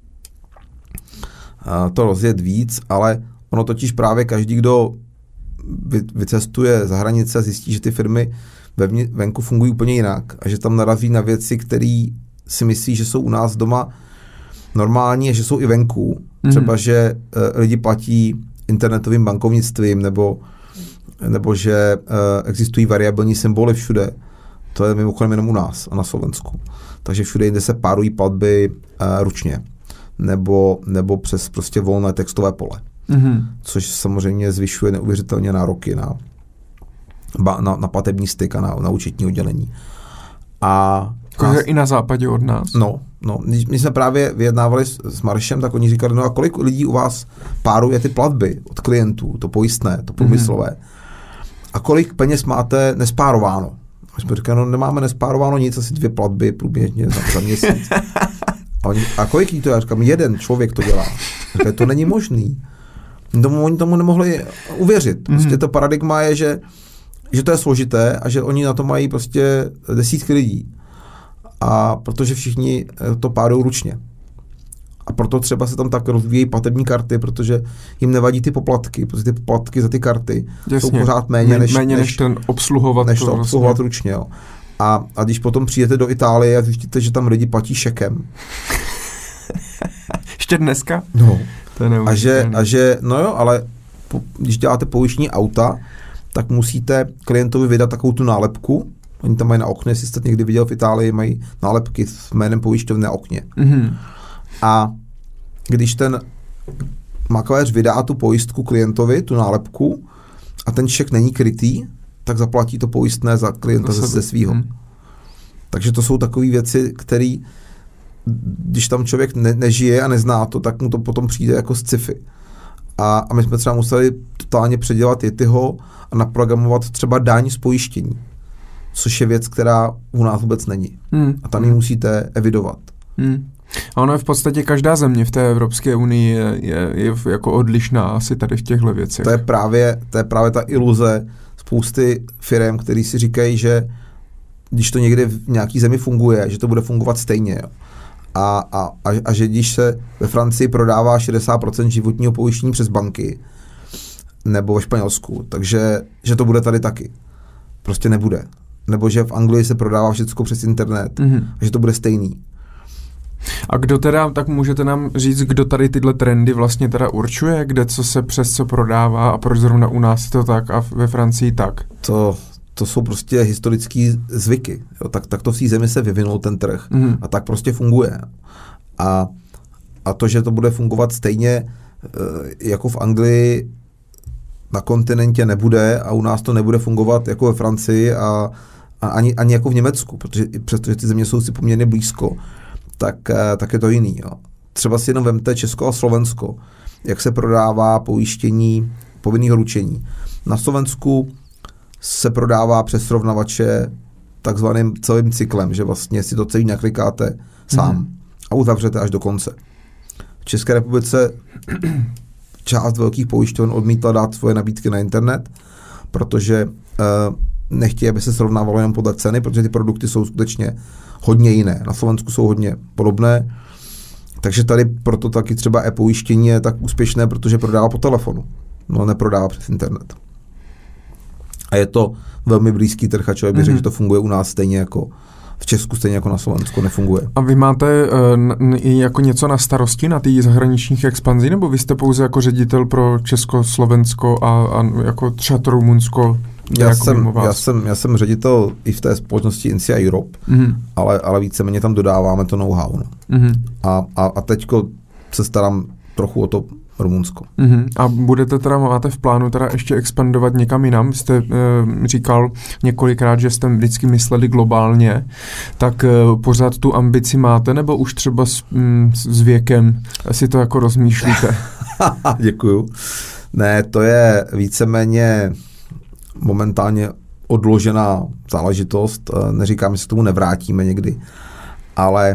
to rozjet víc, ale ono totiž právě každý, kdo vy, vycestuje za hranice, zjistí, že ty firmy vevně, venku fungují úplně jinak a že tam narazí na věci, které si myslí, že jsou u nás doma normální a že jsou i venku. Mm-hmm. Třeba, že uh, lidi platí internetovým bankovnictvím nebo nebo že uh, existují variabilní symboly všude. To je mimochodem jenom u nás a na Slovensku. Takže všude jinde se párují platby uh, ručně. Nebo, nebo přes prostě volné textové pole. Mm-hmm. Což samozřejmě zvyšuje neuvěřitelně nároky na, na, na platební styk a na, na účetní oddělení. A nás, i na západě od nás? No, no. My jsme právě vyjednávali s, s Maršem, tak oni říkali, no a kolik lidí u vás páruje ty platby od klientů, to pojistné, to průmyslové. Mm-hmm. A kolik peněz máte nespárováno? My jsme říkali, no nemáme nespárováno nic, asi dvě platby průběžně za, za měsíc. A, oni, a kolik jí to? Já říkám, jeden člověk to dělá. Říkali, to není možný. Tomu, oni tomu nemohli uvěřit. Prostě to paradigma je, že, že to je složité a že oni na to mají prostě desítky lidí. A protože všichni to párují ručně. A proto třeba se tam tak rozvíjejí platební karty, protože jim nevadí ty poplatky, protože ty poplatky za ty karty Jasně. jsou pořád méně, než, méně než, než ten obsluhovat, než to to obsluhovat vlastně. ručně. Jo. A, a když potom přijete do Itálie a zjistíte, že tam lidi platí šekem. Ještě dneska? No. To je a, že, a že, no jo, ale po, když děláte pouliční auta, tak musíte klientovi vydat takovou tu nálepku. Oni tam mají na okně, jestli jste někdy viděl v Itálii, mají nálepky s jménem pojišťovny na okně. Mm-hmm. A když ten makléř vydá tu pojistku klientovi, tu nálepku, a ten šek není krytý, tak zaplatí to pojistné za klienta ze, ze svýho. Hmm. Takže to jsou takové věci, které, když tam člověk ne, nežije a nezná to, tak mu to potom přijde jako z sci-fi. A, a my jsme třeba museli totálně předělat Yetiho a naprogramovat třeba daň z pojištění, což je věc, která u nás vůbec není. Hmm. A tam ji musíte evidovat. Hmm. A ono je v podstatě každá země v té Evropské unii je, je, je jako odlišná asi tady v těchto věcech. To je právě, to je právě ta iluze spousty firem, který si říkají, že když to někde v nějaký zemi funguje, že to bude fungovat stejně. Jo. A, a, a, a že když se ve Francii prodává šedesát procent životního pojištění přes banky nebo ve Španělsku, takže že to bude tady taky. Prostě nebude. Nebo že v Anglii se prodává všechno přes internet, mm-hmm. a že to bude stejný. A kdo teda, tak můžete nám říct, kdo tady tyhle trendy vlastně teda určuje, kde co se přes co prodává a proč zrovna u nás je to tak a ve Francii tak? To, to jsou prostě historické zvyky. Jo. Tak, tak to v té zemi se vyvinul ten trh mm. a tak prostě funguje. A, a to, že to bude fungovat stejně jako v Anglii na kontinentě nebude a u nás to nebude fungovat jako ve Francii a, a ani, ani jako v Německu, protože přestože ty země jsou si poměrně blízko, tak, tak je to jiný. Jo. Třeba si jenom vemte Česko a Slovensko, jak se prodává pojištění povinného ručení. Na Slovensku se prodává přes srovnavače takzvaným celým cyklem, že vlastně si to celý naklikáte sám mm. a uzavřete až do konce. V České republice část velkých pojišťoven odmítla dát svoje nabídky na internet, protože uh, nechtějí, aby se srovnávalo jen podle ceny, protože ty produkty jsou skutečně hodně jiné. Na Slovensku jsou hodně podobné, takže tady proto taky třeba e-pojištění je tak úspěšné, protože prodává po telefonu, no neprodává přes internet. A je to velmi blízký trh a člověk by mm-hmm. řekl, že to funguje u nás stejně jako v Česku, stejně jako na Slovensku, nefunguje. A vy máte uh, n- jako něco na starosti na té zahraničních expanzi, nebo vy jste pouze jako ředitel pro Česko, Slovensko a, a jako třeba to Rumunsko? Já, jako jsem, já, jsem, já jsem ředitel i v té společnosti Incia Europe, mm-hmm. ale, ale víceméně tam dodáváme to know-how. No. Mm-hmm. A, a, a teďko se starám trochu o to Rumunsko. Mm-hmm. A budete teda, máte v plánu teda ještě expandovat někam jinam? Jste e, říkal několikrát, že jste vždycky mysleli globálně, tak e, pořád tu ambici máte, nebo už třeba s, m, s věkem si to jako rozmýšlíte? Děkuju. Ne, to je víceméně momentálně odložená záležitost. Neříkám, že se k tomu nevrátíme někdy, ale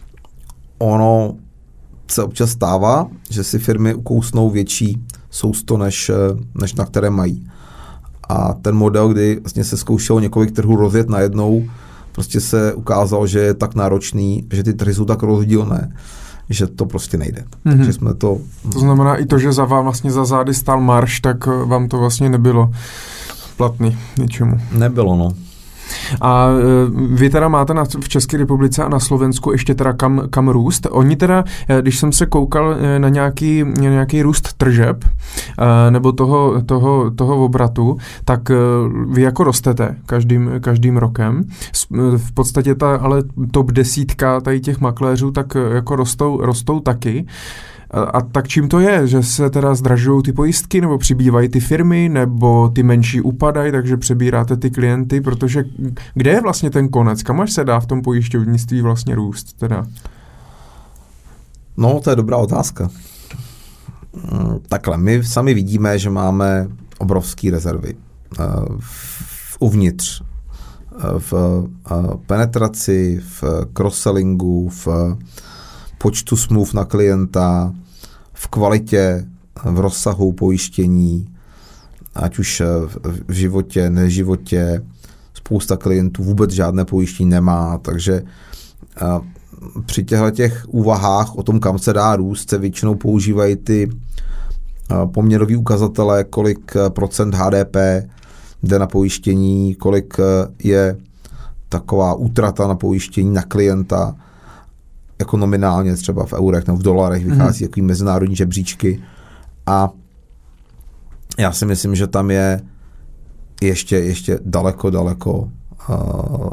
ono se občas stává, že si firmy ukousnou větší sousto, než, než na které mají. A ten model, kdy vlastně se zkoušelo několik trhů rozjet najednou, prostě se ukázalo, že je tak náročný, že ty trhy jsou tak rozdílné, že to prostě nejde. Mm-hmm. Takže jsme to... To znamená i to, že za vám vlastně za zády stál marš, tak vám to vlastně nebylo platný ničemu. Nebylo, no. A vy teda máte na, v České republice a na Slovensku ještě teda kam, kam růst. Oni teda, když jsem se koukal na nějaký, nějaký růst tržeb nebo toho, toho, toho obratu, tak vy jako rostete každým, každým rokem. V podstatě ta ale top desítka tady těch makléřů tak jako rostou, rostou taky. A tak čím to je, že se teda zdražují ty pojistky, nebo přibývají ty firmy, nebo ty menší upadají, takže přebíráte ty klienty, protože kde je vlastně ten konec? Kam až se dá v tom pojišťovnictví vlastně růst teda? No, to je dobrá otázka. Takhle, my sami vidíme, že máme obrovské rezervy v, uvnitř, v penetraci, v cross-sellingu, v počtu smluv na klienta, v kvalitě, v rozsahu pojištění, ať už v životě, neživotě. Spousta klientů vůbec žádné pojištění nemá, takže při těchto těch úvahách o tom, kam se dá růst, se většinou používají ty poměrové ukazatele, kolik procent H D P jde na pojištění, kolik je taková útrata na pojištění na klienta, jako nominálně třeba v eurech nebo v dolarech vychází mm. takový mezinárodní žebříčky a já si myslím, že tam je ještě, ještě daleko, daleko uh,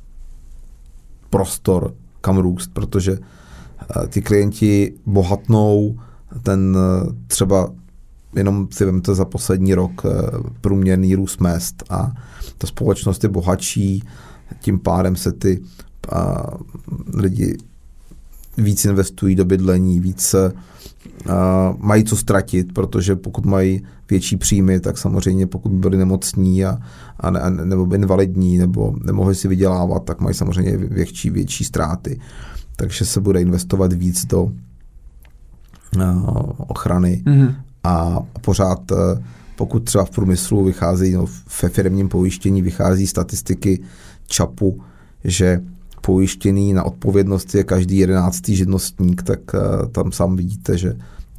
prostor kam růst, protože uh, ty klienti bohatnou, ten uh, třeba jenom si vemte za poslední rok uh, průměrný růst mezd a ta společnost je bohatší, tím pádem se ty uh, lidi víc investují do bydlení, víc uh, mají co ztratit, protože pokud mají větší příjmy, tak samozřejmě pokud byli nemocní a, a ne, nebo invalidní, nebo nemohli si vydělávat, tak mají samozřejmě větší, větší ztráty. Takže se bude investovat víc do uh, ochrany mm-hmm. a pořád, uh, pokud třeba v průmyslu vychází, no, ve firemním pojištění vychází statistiky ČAPu, že pojištěný na odpovědnost je každý jedenáctý živnostník, tak uh, tam sám vidíte, že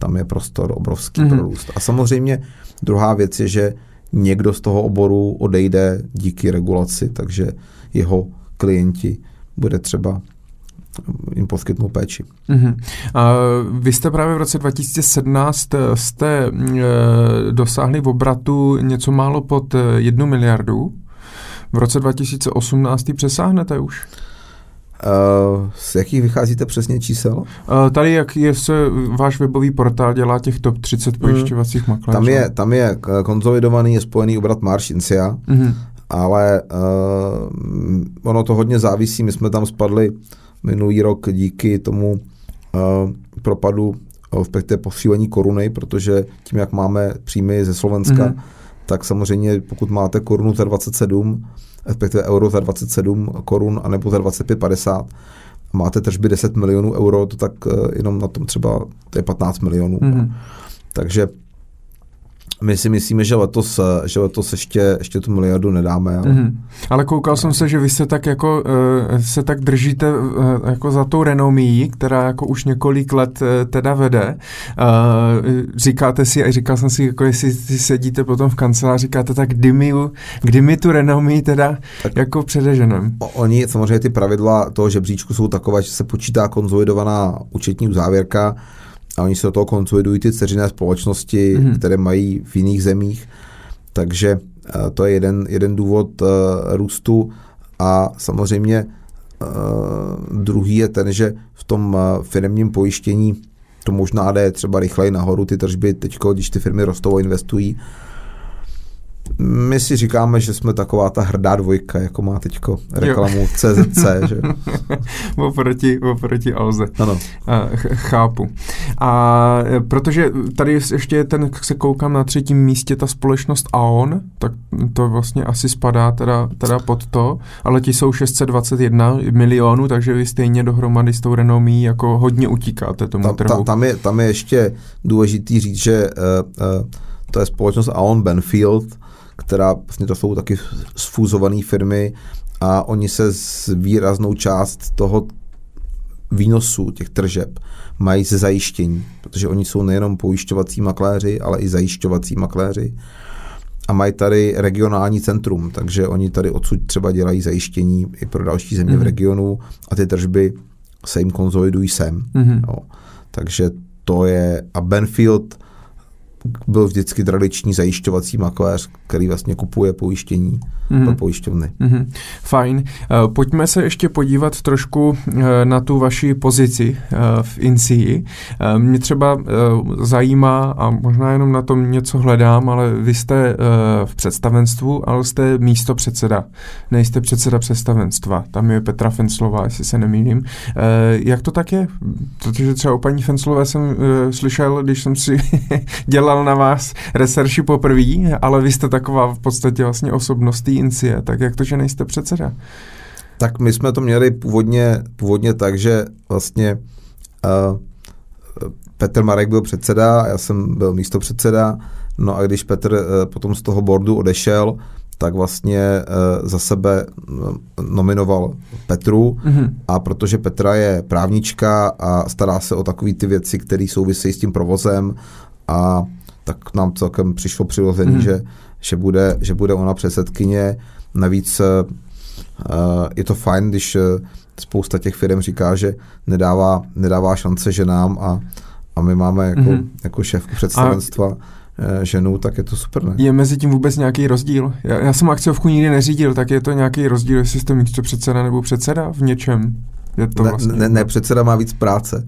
tam je prostor obrovský mm-hmm. pro růst. A samozřejmě druhá věc je, že někdo z toho oboru odejde díky regulaci, takže jeho klienti bude třeba jim poskytnout péči. Mm-hmm. A vy jste právě v roce dva tisíce sedmnáct jste e, dosáhli v obratu něco málo pod jednu miliardu. V roce dva tisíce osmnáct přesáhnete už? Uh, z jakých vycházíte přesně čísel? Uh, tady, jak je se váš webový portál dělá těch top třicet pojišťovacích makléřů. Tam je, tam je konsolidovaný, je spojený obrat Marsh Incia, mm-hmm. ale uh, ono to hodně závisí. My jsme tam spadli minulý rok díky tomu uh, propadu v posílení koruny, protože tím, jak máme příjmy ze Slovenska, mm-hmm. tak samozřejmě pokud máte korunu za dvacet sedm, respektive euro za dvacet sedm korun, anebo za dvacet pět padesát, máte tržby deset milionů euro, to tak jenom na tom třeba to je patnáct milionů. Mm-hmm. Takže my si myslíme, že letos, že letos ještě, ještě tu miliardu nedáme. Ale, mm-hmm. ale koukal jsem se, že vy se tak jako uh, se tak držíte uh, jako za tou renomí, která jako už několik let uh, teda vede. Uh, říkáte si, a říkal jsem si, jako jestli si sedíte potom v kanceláři, říkáte tak, kdy mi, kdy mi tu renomí teda tak jako předeženem. Oni, samozřejmě ty pravidla toho žebříčku jsou takové, že se počítá konsolidovaná účetní uzávěrka, a oni se do toho konsolidují ty dceřiné společnosti, mm-hmm. které mají v jiných zemích. Takže uh, to je jeden, jeden důvod uh, růstu. A samozřejmě uh, druhý je ten, že v tom uh, firemním pojištění to možná jde třeba rychleji nahoru ty tržby, teďko, když ty firmy rostou a investují. My si říkáme, že jsme taková ta hrdá dvojka, jako má teďko reklamu C Z C, že? oproti, oproti Alze. Ano. Ch- chápu. A protože tady ještě ten, se koukám na třetím místě, ta společnost Aon, tak to vlastně asi spadá teda, teda pod to, ale ti jsou šest set dvacet jedna milionů, takže vy stejně dohromady s tou renomí jako hodně utíkáte tomu tam, trhu. Tam, tam, je, tam je ještě důležitý říct, že uh, uh, to je společnost Aon Benfield, která vlastně to jsou taky sfúzované firmy a oni se z výraznou část toho výnosu těch tržeb mají ze zajištění, protože oni jsou nejenom pojišťovací makléři, ale i zajišťovací makléři a mají tady regionální centrum, takže oni tady odsud třeba dělají zajištění i pro další země mm-hmm. v regionu a ty tržby se jim konsolidují sem. Mm-hmm. Jo. Takže to je, a Benfield byl vždycky tradiční zajišťovací makléř, který vlastně kupuje pojištění mm. pro pojišťovny. Mm-hmm. Fajn. Uh, pojďme se ještě podívat trošku uh, na tu vaši pozici uh, v Incii. Uh, mě třeba uh, zajímá, a možná jenom na tom něco hledám, ale vy jste uh, v představenstvu, ale jste místopředseda. Nejste předseda představenstva. Tam je Petra Fenclová, jestli se nemýlím. Uh, jak to tak je? Protože třeba o paní Fenclové jsem uh, slyšel, když jsem si dělal na vás researchi poprvé, ale vy jste taková v podstatě vlastně osobnost té Incie, tak jak to, že nejste předseda? Tak my jsme to měli původně, původně tak, že vlastně uh, Petr Marek byl předseda a já jsem byl místopředseda, no a když Petr uh, potom z toho boardu odešel, tak vlastně uh, za sebe nominoval Petru mm-hmm. a protože Petra je právnička a stará se o takové ty věci, které souvisejí s tím provozem, a tak nám celkem přišlo přirozený, mm. že, že, bude, že bude ona předsedkyně. Navíc uh, je to fajn, když uh, spousta těch firm říká, že nedává, nedává šance ženám a, a my máme jako, mm. jako šéfku představenstva a ženu, tak je to super, ne? Je mezi tím vůbec nějaký rozdíl? Já, já jsem akciovku nikdy neřídil, tak je to nějaký rozdíl, jestli jste místo předseda nebo předseda v něčem? Je to ne, vlastně... ne, ne, předseda má víc práce.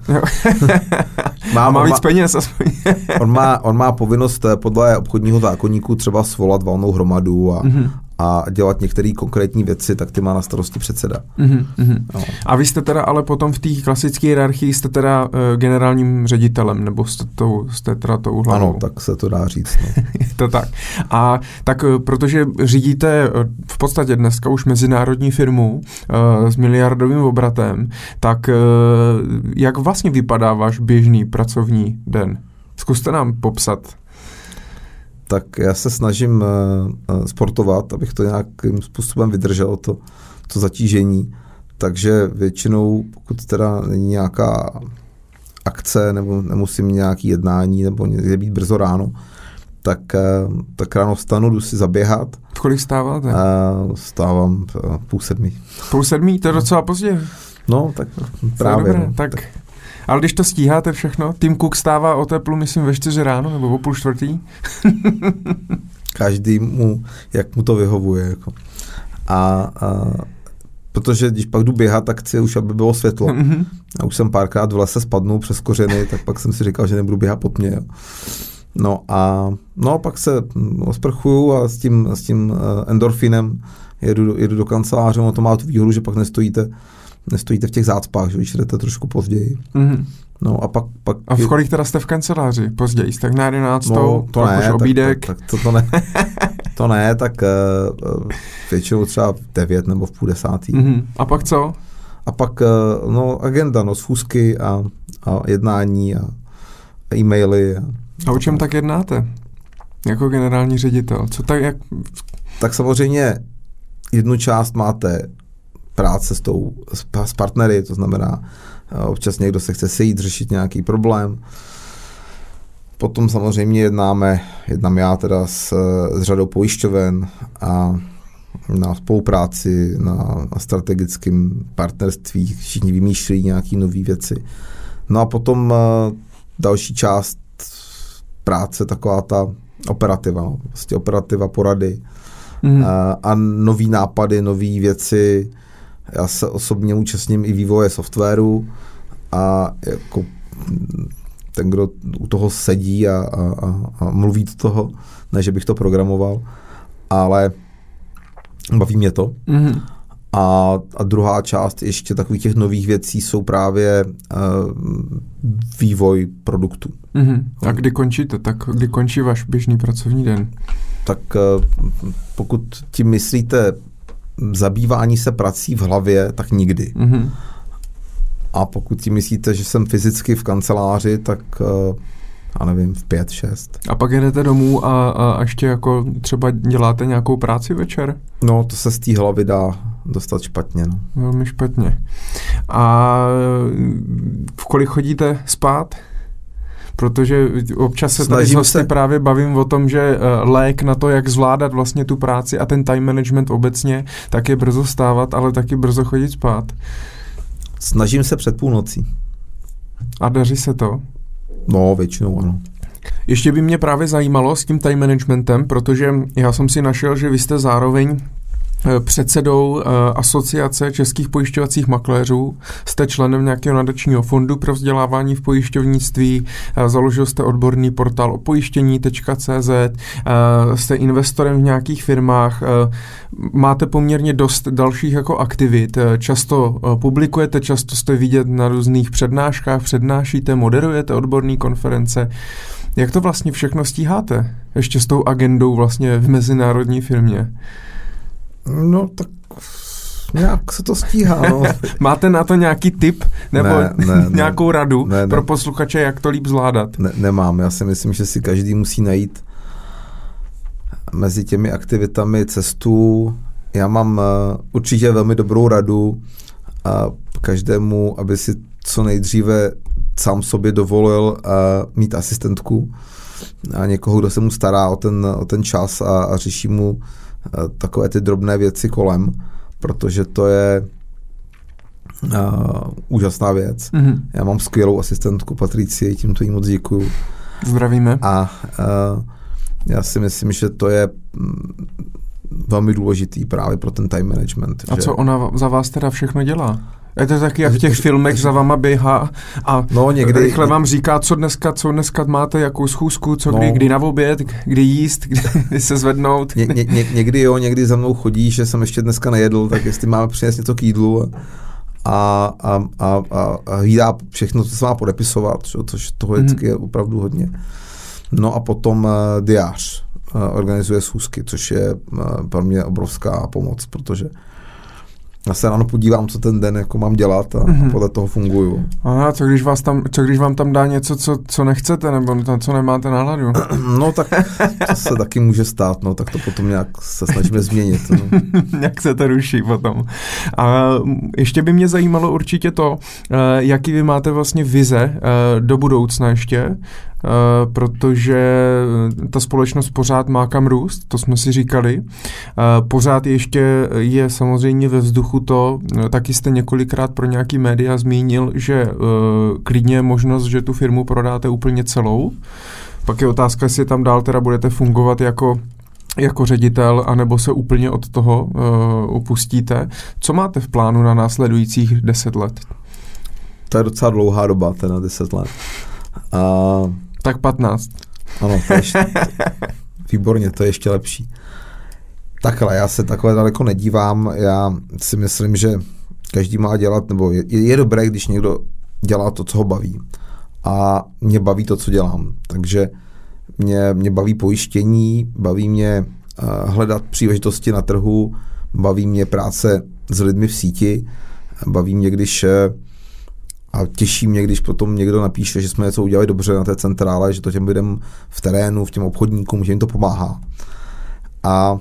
má, má víc má, peněz aspoň. on, má, on má povinnost podle obchodního zákoníku třeba svolat valnou hromadu a, mm-hmm. a dělat některé konkrétní věci, tak ty má na starosti předseda. Mm-hmm. No. A vy jste teda ale potom v té klasické hierarchii jste teda uh, generálním ředitelem, nebo jste, tou, jste teda tou hlavou? Ano, tak se to dá říct. No. Je to tak. A tak uh, protože řídíte uh, v podstatě dneska už mezinárodní firmu uh, s miliardovým obratem, tak uh, jak vlastně vypadá váš běžný pracovní den? Zkuste nám popsat. Tak já se snažím uh, sportovat, abych to nějakým způsobem vydržel, to, to zatížení. Takže většinou, pokud teda není nějaká akce nebo nemusím nějaký jednání nebo někde být brzo ráno, tak, tak ráno vstanu, jdu si zaběhat. V kolik stáváte? Stávám půl sedmí. Půl sedmí? To je docela pozdě. No, tak právě. No, tak. tak. Ale když to stíháte všechno, Tim Cook stává o teplu, myslím, ve čtyři ráno nebo o půl čtvrtý? Každý mu, jak mu to vyhovuje. Jako. A, a protože když pak jdu běhat, tak chci už, aby bylo světlo. Mm-hmm. A už jsem párkrát v lese spadnul přes kořeny, tak pak jsem si říkal, že nebudu běhat pod mě. Jo. No a no, pak se osprchuju a s tím, s tím endorfinem jedu, jedu do kanceláře. No to má tu výhodu, že pak nestojíte, nestojíte v těch zácpách, že když jdete trošku později. Mm-hmm. No a pak, pak... A v kolik teda jste v kanceláři později? Tak na jedenáctou? No, to pak ne, už obídek? Tak, tak, tak to, to ne. To ne, tak uh, většinou třeba v devět nebo v půl desátý. Mm-hmm. A pak co? A pak uh, no, agenda, no, schůzky a, a jednání a, a e-maily. A, a o čem tak jednáte? Jako generální ředitel? Co tak, jak... Tak samozřejmě jednu část máte práce s, tou, s, s partnery, to znamená občas někdo se chce sejít, řešit nějaký problém. Potom samozřejmě jednáme, jednám já teda s, s řadou pojišťoven a na spolupráci, na, na strategickém partnerství, všichni vymýšlejí nějaké nové věci. No a potom uh, další část práce, taková ta operativa, no, vlastně operativa, porady mm. uh, a nový nápady, nové věci. Já se osobně účastním i vývoje softwaru a jako ten, kdo u toho sedí a, a, a mluví do toho, ne, že bych to programoval, ale baví mě to. Mm-hmm. A, a druhá část ještě takových těch nových věcí jsou právě uh, vývoj produktů. Mm-hmm. A kdy končíte? Tak kdy končí váš běžný pracovní den? Tak uh, pokud tím myslíte zabývání se prací v hlavě, tak nikdy. Mm-hmm. A pokud ti myslíte, že jsem fyzicky v kanceláři, tak já nevím, v pět, šest. A pak jedete domů a, a ještě jako třeba děláte nějakou práci večer? No, to se z té hlavy dá dostat špatně. No. Velmi špatně. A v kolik chodíte spát? Protože občas se tady s hosty právě bavím o tom, že lék na to, jak zvládat vlastně tu práci a ten time management obecně, tak je brzo vstávat, ale taky brzo chodit spát. Snažím se před půlnocí. A daří se to? No, většinou ano. Ještě by mě právě zajímalo s tím time managementem, protože já jsem si našel, že vy jste zároveň předsedou Asociace českých pojišťovacích makléřů, jste členem nějakého nadačního fondu pro vzdělávání v pojišťovnictví, založil jste odborný portál o pojištění tečka cé zet, jste investorem v nějakých firmách, máte poměrně dost dalších jako aktivit, často publikujete, často jste vidět na různých přednáškách, přednášíte, moderujete odborné konference. Jak to vlastně všechno stíháte? Ještě s tou agendou vlastně v mezinárodní firmě? No tak nějak se to stíhá. No. Máte na to nějaký tip nebo ne, ne, nějakou ne, radu ne, pro ne. posluchače, jak to líp zvládat? Ne, nemám, já si myslím, že si každý musí najít mezi těmi aktivitami cestu. Já mám uh, určitě velmi dobrou radu uh, každému, aby si co nejdříve sám sobě dovolil uh, mít asistentku a někoho, kdo se mu stará o ten, o ten čas a, a řeší mu takové ty drobné věci kolem, protože to je uh, úžasná věc. Mm-hmm. Já mám skvělou asistentku Patricii, tímto jí moc děkuju. Zdravíme. A uh, já si myslím, že to je mm, velmi důležitý právě pro ten time management. A že... co ona za vás teda všechno dělá? Je to taky, jak v těch filmech za váma běhá a no, někdy, rychle vám říká, co dneska, co dneska máte, jakou schůzku, co no, kdy, kdy na oběd, kdy jíst, kdy se zvednout. Ně, ně, ně, někdy jo, někdy za mnou chodí, že jsem ještě dneska nejedl, tak jestli máme přinést něco k jídlu a, a, a, a, a hlídá všechno, co se má podepisovat, čo, což toho vždycky mm. je opravdu hodně. No a potom uh, diář uh, organizuje schůzky, což je uh, pro mě obrovská pomoc, protože já se ráno podívám, co ten den jako mám dělat a mm-hmm. podle toho funguju. A co když, vás tam, co když vám tam dá něco, co, co nechcete, nebo na co nemáte náladu? No tak to se taky může stát, no tak to potom nějak se snažíme změnit. No. Jak se to ruší potom. A ještě by mě zajímalo určitě to, jaký vy máte vlastně vize do budoucna ještě, Uh, protože ta společnost pořád má kam růst, to jsme si říkali. Uh, pořád ještě je samozřejmě ve vzduchu to, uh, taky jste několikrát pro nějaký média zmínil, že uh, klidně je možnost, že tu firmu prodáte úplně celou. Pak je otázka, jestli tam dál teda budete fungovat jako jako ředitel, anebo se úplně od toho uh, upustíte. Co máte v plánu na následujících deset let? To je docela dlouhá doba, teda deset let. Uh, tak patnáct. Ano, to je ještě, výborně, to je ještě lepší. Takhle, já se takhle daleko nedívám, já si myslím, že každý má dělat, nebo je, je dobré, když někdo dělá to, co ho baví. A mě baví to, co dělám. Takže mě, mě baví pojištění, baví mě uh, hledat příležitosti na trhu, baví mě práce s lidmi v síti, baví mě, když uh, a těší mě, když potom někdo napíše, že jsme něco udělali dobře na té centrále, že to těm lidem v terénu, v těm obchodníkům, že jim to pomáhá. A,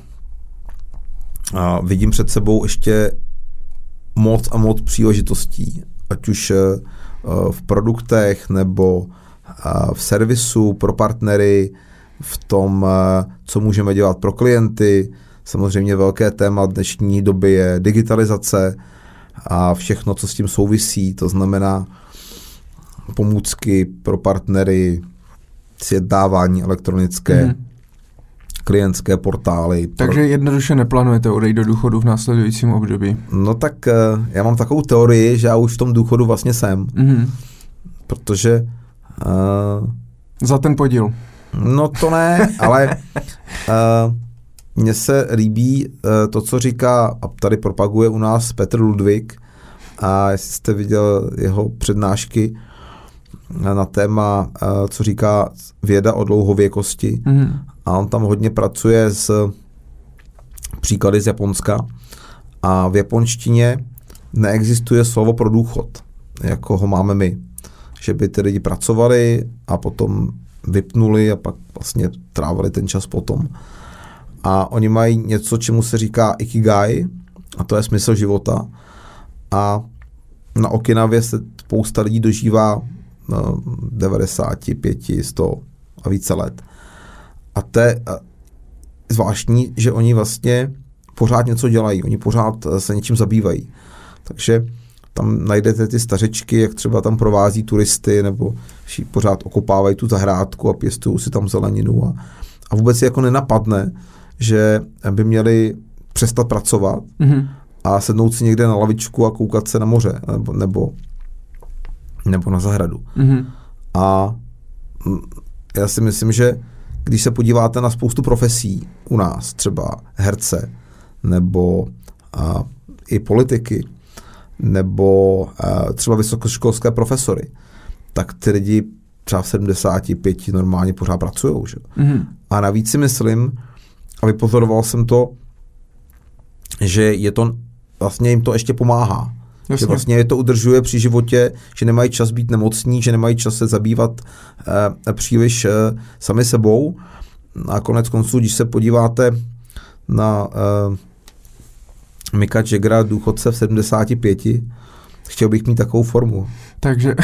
a vidím před sebou ještě moc a moc příležitostí, ať už uh, v produktech nebo uh, v servisu pro partnery, v tom, uh, co můžeme dělat pro klienty. Samozřejmě velké téma dnešní doby je digitalizace a všechno, co s tím souvisí, to znamená pomůcky pro partnery, sjednávání elektronické, mm. klientské portály. Takže pro... jednoduše neplánujete odejít do důchodu v následujícím období? No tak já mám takovou teorii, že já už v tom důchodu vlastně jsem, mm. protože... Uh, Za ten podíl? No to ne, ale... Uh, Mně se líbí uh, to, co říká, a tady propaguje u nás Petr Ludvík, a jestli jste viděl jeho přednášky na téma, uh, co říká věda o dlouhověkosti, mm. a on tam hodně pracuje s příklady z Japonska a v japonštině neexistuje slovo pro důchod, jako ho máme my. Že by ty lidi pracovali a potom vypnuli a pak vlastně trávili ten čas potom. A oni mají něco, čemu se říká ikigai, a to je smysl života. A na Okinavě se spousta lidí dožívá no, devadesát pět, sto a více let. A to je zvláštní, že oni vlastně pořád něco dělají, oni pořád se něčím zabývají. Takže tam najdete ty stařečky, jak třeba tam provází turisty, nebo pořád okopávají tu zahrádku a pěstují si tam zeleninu. A, a vůbec si jako nenapadne, že by měli přestat pracovat mm-hmm. a sednout si někde na lavičku a koukat se na moře nebo, nebo, nebo na zahradu. Mm-hmm. A já si myslím, že když se podíváte na spoustu profesí u nás, třeba herce nebo a, i politiky, nebo a, třeba vysokoškolské profesory, tak ty lidi třeba v sedmdesáti pěti normálně pořád pracujou. Že? Mm-hmm. A navíc si myslím, a vypozoroval jsem to, že je to, vlastně jim to ještě pomáhá. Jasně. Že vlastně je to udržuje při životě, že nemají čas být nemocní, že nemají čas se zabývat eh, příliš eh, sami sebou. A konec konců, když se podíváte na eh, Micka Jaggera, důchodce v sedmdesáti pěti, chtěl bych mít takovou formu. Takže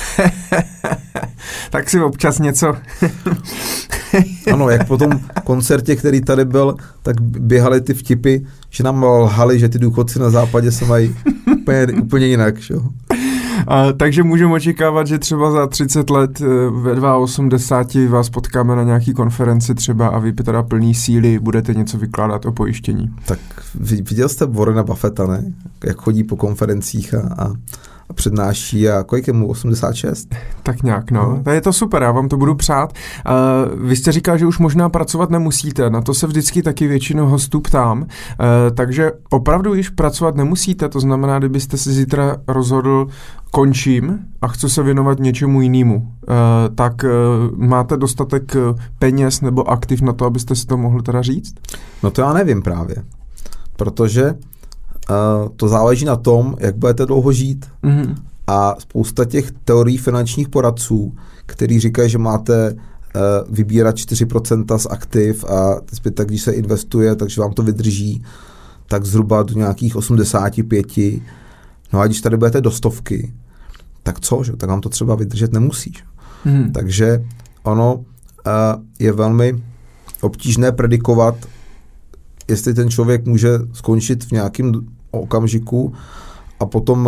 tak si občas něco... Ano, jak po tom koncertě, který tady byl, tak běhaly ty vtipy, že nám lhali, že ty důchodci na západě se mají úplně, úplně jinak. Šo? A, takže můžeme očekávat, že třeba za třicet let ve osmdesáti dva vás potkáme na nějaký konferenci třeba a vy teda plný síly budete něco vykládat o pojištění. Tak viděl jste Warrena Buffetta, ne? Jak chodí po konferencích a, a, a přednáší a kolik je mu? osmdesát šest? Tak nějak, no. no. Je to super, já vám to budu přát. Uh, vy jste říkal, že už možná pracovat nemusíte, na to se vždycky taky většinou hostů ptám, uh, takže opravdu již pracovat nemusíte, to znamená, kdybyste si zítra rozhodl, končím a chci se věnovat něčemu jinému, uh, tak uh, máte dostatek peněz nebo aktiv na to, abyste si to mohli teda říct? No to já nevím právě, protože to záleží na tom, jak budete dlouho žít. Mm-hmm. A spousta těch teorií finančních poradců, který říkají, že máte vybírat čtyři procenta z aktiv a zbytek, když se investuje, takže vám to vydrží, tak zhruba do nějakých osmdesát pět. No a když tady budete do stovky, tak co, že? Tak vám to třeba vydržet nemusí. Hmm. Takže ono uh, je velmi obtížné predikovat, jestli ten člověk může skončit v nějakém okamžiku a potom uh,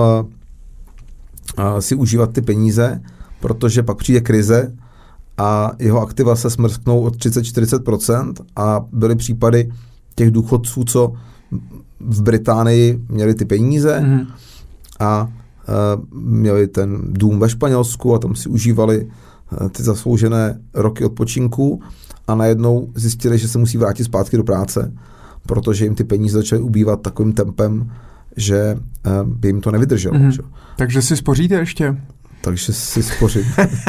uh, si užívat ty peníze, protože pak přijde krize a jeho aktiva se smrsknou od třicet až čtyřicet procent a byly případy těch důchodců, co v Británii měli ty peníze mm-hmm. a uh, měli ten dům ve Španělsku a tam si užívali uh, ty zasloužené roky odpočinku a najednou zjistili, že se musí vrátit zpátky do práce, protože jim ty peníze začaly ubývat takovým tempem, že uh, by jim to nevydrželo. Mm-hmm. Takže si spoříte ještě? Takže si spořím.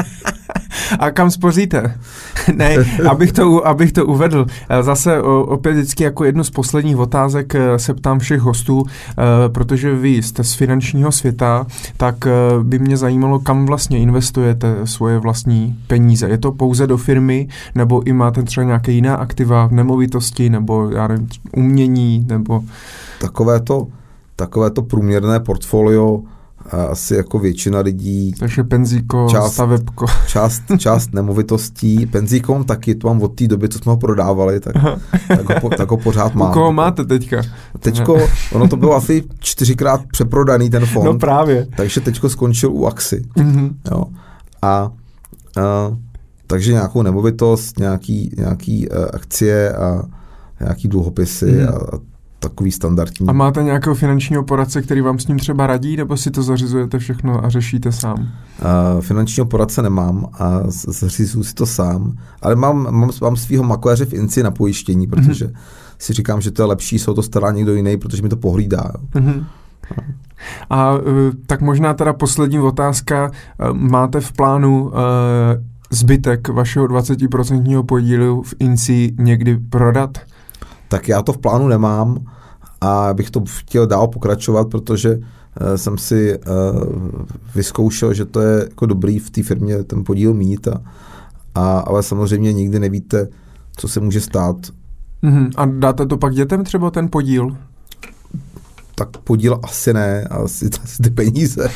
A kam spoříte? Ne, abych to, abych to uvedl. Zase opět vždycky jako jednu z posledních otázek se ptám všech hostů, protože vy jste z finančního světa, tak by mě zajímalo, kam vlastně investujete svoje vlastní peníze. Je to pouze do firmy, nebo i máte třeba nějaké jiné aktiva, nemovitosti, nebo já nevím, umění, nebo... Takové to, takové to průměrné portfolio asi jako většina lidí. Takže penzíko, část, stavebko. Část, část nemovitostí. Penzíkom taky, to mám od té doby, co jsme ho prodávali, tak, tak, ho, tak ho pořád mám. U koho máte teďka? Teďko, ono to bylo asi čtyřikrát přeprodaný ten fond. No právě. Takže teďko skončil u Axy. Mm-hmm. Jo. A, a takže nějakou nemovitost, nějaký, nějaký uh, akcie a nějaký dluhopisy mm. a, a takový standardní. A máte nějakého finančního poradce, který vám s ním třeba radí, nebo si to zařizujete všechno a řešíte sám? Uh, finančního poradce nemám a zařizuju si to sám, ale mám, mám, mám svýho makléře v Inci na pojištění, protože mm-hmm. si říkám, že to je lepší, se o to stará někdo jiný, protože mi to pohlídá. Mm-hmm. A uh, tak možná teda poslední otázka. Uh, máte v plánu uh, zbytek vašeho dvacetiprocentního podílu v Inci někdy prodat? Tak já to v plánu nemám a bych to chtěl dál pokračovat, protože uh, jsem si uh, vyzkoušel, že to je jako dobrý v té firmě ten podíl mít, a, a, ale samozřejmě nikdy nevíte, co se může stát. Mm-hmm. A dáte to pak dětem třeba ten podíl? Tak podíl asi ne, asi, asi ty peníze.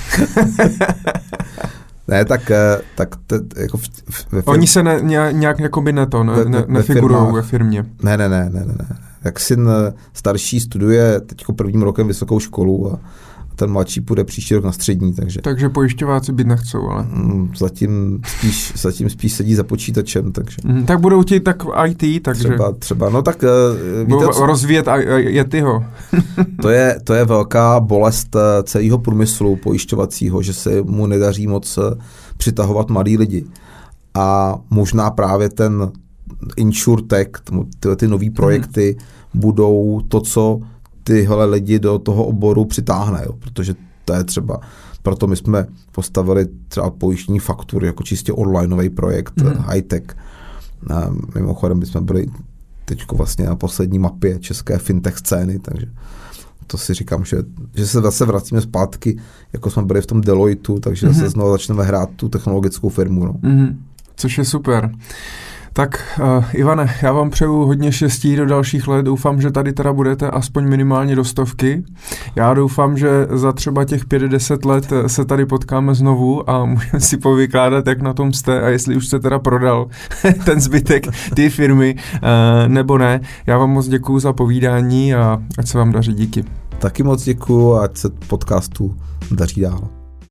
Ne, tak, tak te, jako v, v, ve firmě. Oni se ne, nějak jakoby ne to, ne, ne, nefigurujou ve firmě. Ne, ne, ne, ne, ne. Jak syn starší studuje teďko prvním rokem vysokou školu a ten mladší půjde příští rok na střední, takže... Takže pojišťováci být nechcou, ale... Zatím spíš, zatím spíš sedí za počítačem, takže... Mm, tak budou ti tak v í té, takže... Třeba, třeba, no tak... Víte, co? Rozvíjet Yetiho. to, je, to je velká bolest celého průmyslu pojišťovacího, že se mu nedaří moc přitahovat mladí lidi. A možná právě ten InsurTech, tyhle ty nový projekty mm. budou to, co tyhle lidi do toho oboru přitáhne, jo, protože to je třeba, proto my jsme postavili třeba pojištění faktury jako čistě onlineový projekt, mm. high-tech. A mimochodem my jsme byli teďko vlastně na poslední mapě české fintech scény, takže to si říkám, že, že se zase vracíme zpátky, jako jsme byli v tom Deloitu, takže mm. zase znovu začneme hrát tu technologickou firmu. No. Mm. Což je super. Tak uh, Ivane, já vám přeju hodně štěstí do dalších let, doufám, že tady teda budete aspoň minimálně do stovky. Já doufám, že za třeba těch pět deset let se tady potkáme znovu a můžeme si povykládat, jak na tom jste a jestli už jste teda prodal ten zbytek té firmy, uh, nebo ne. Já vám moc děkuju za povídání a ať se vám daří, díky. Taky moc děkuju a ať se podcastu daří dál.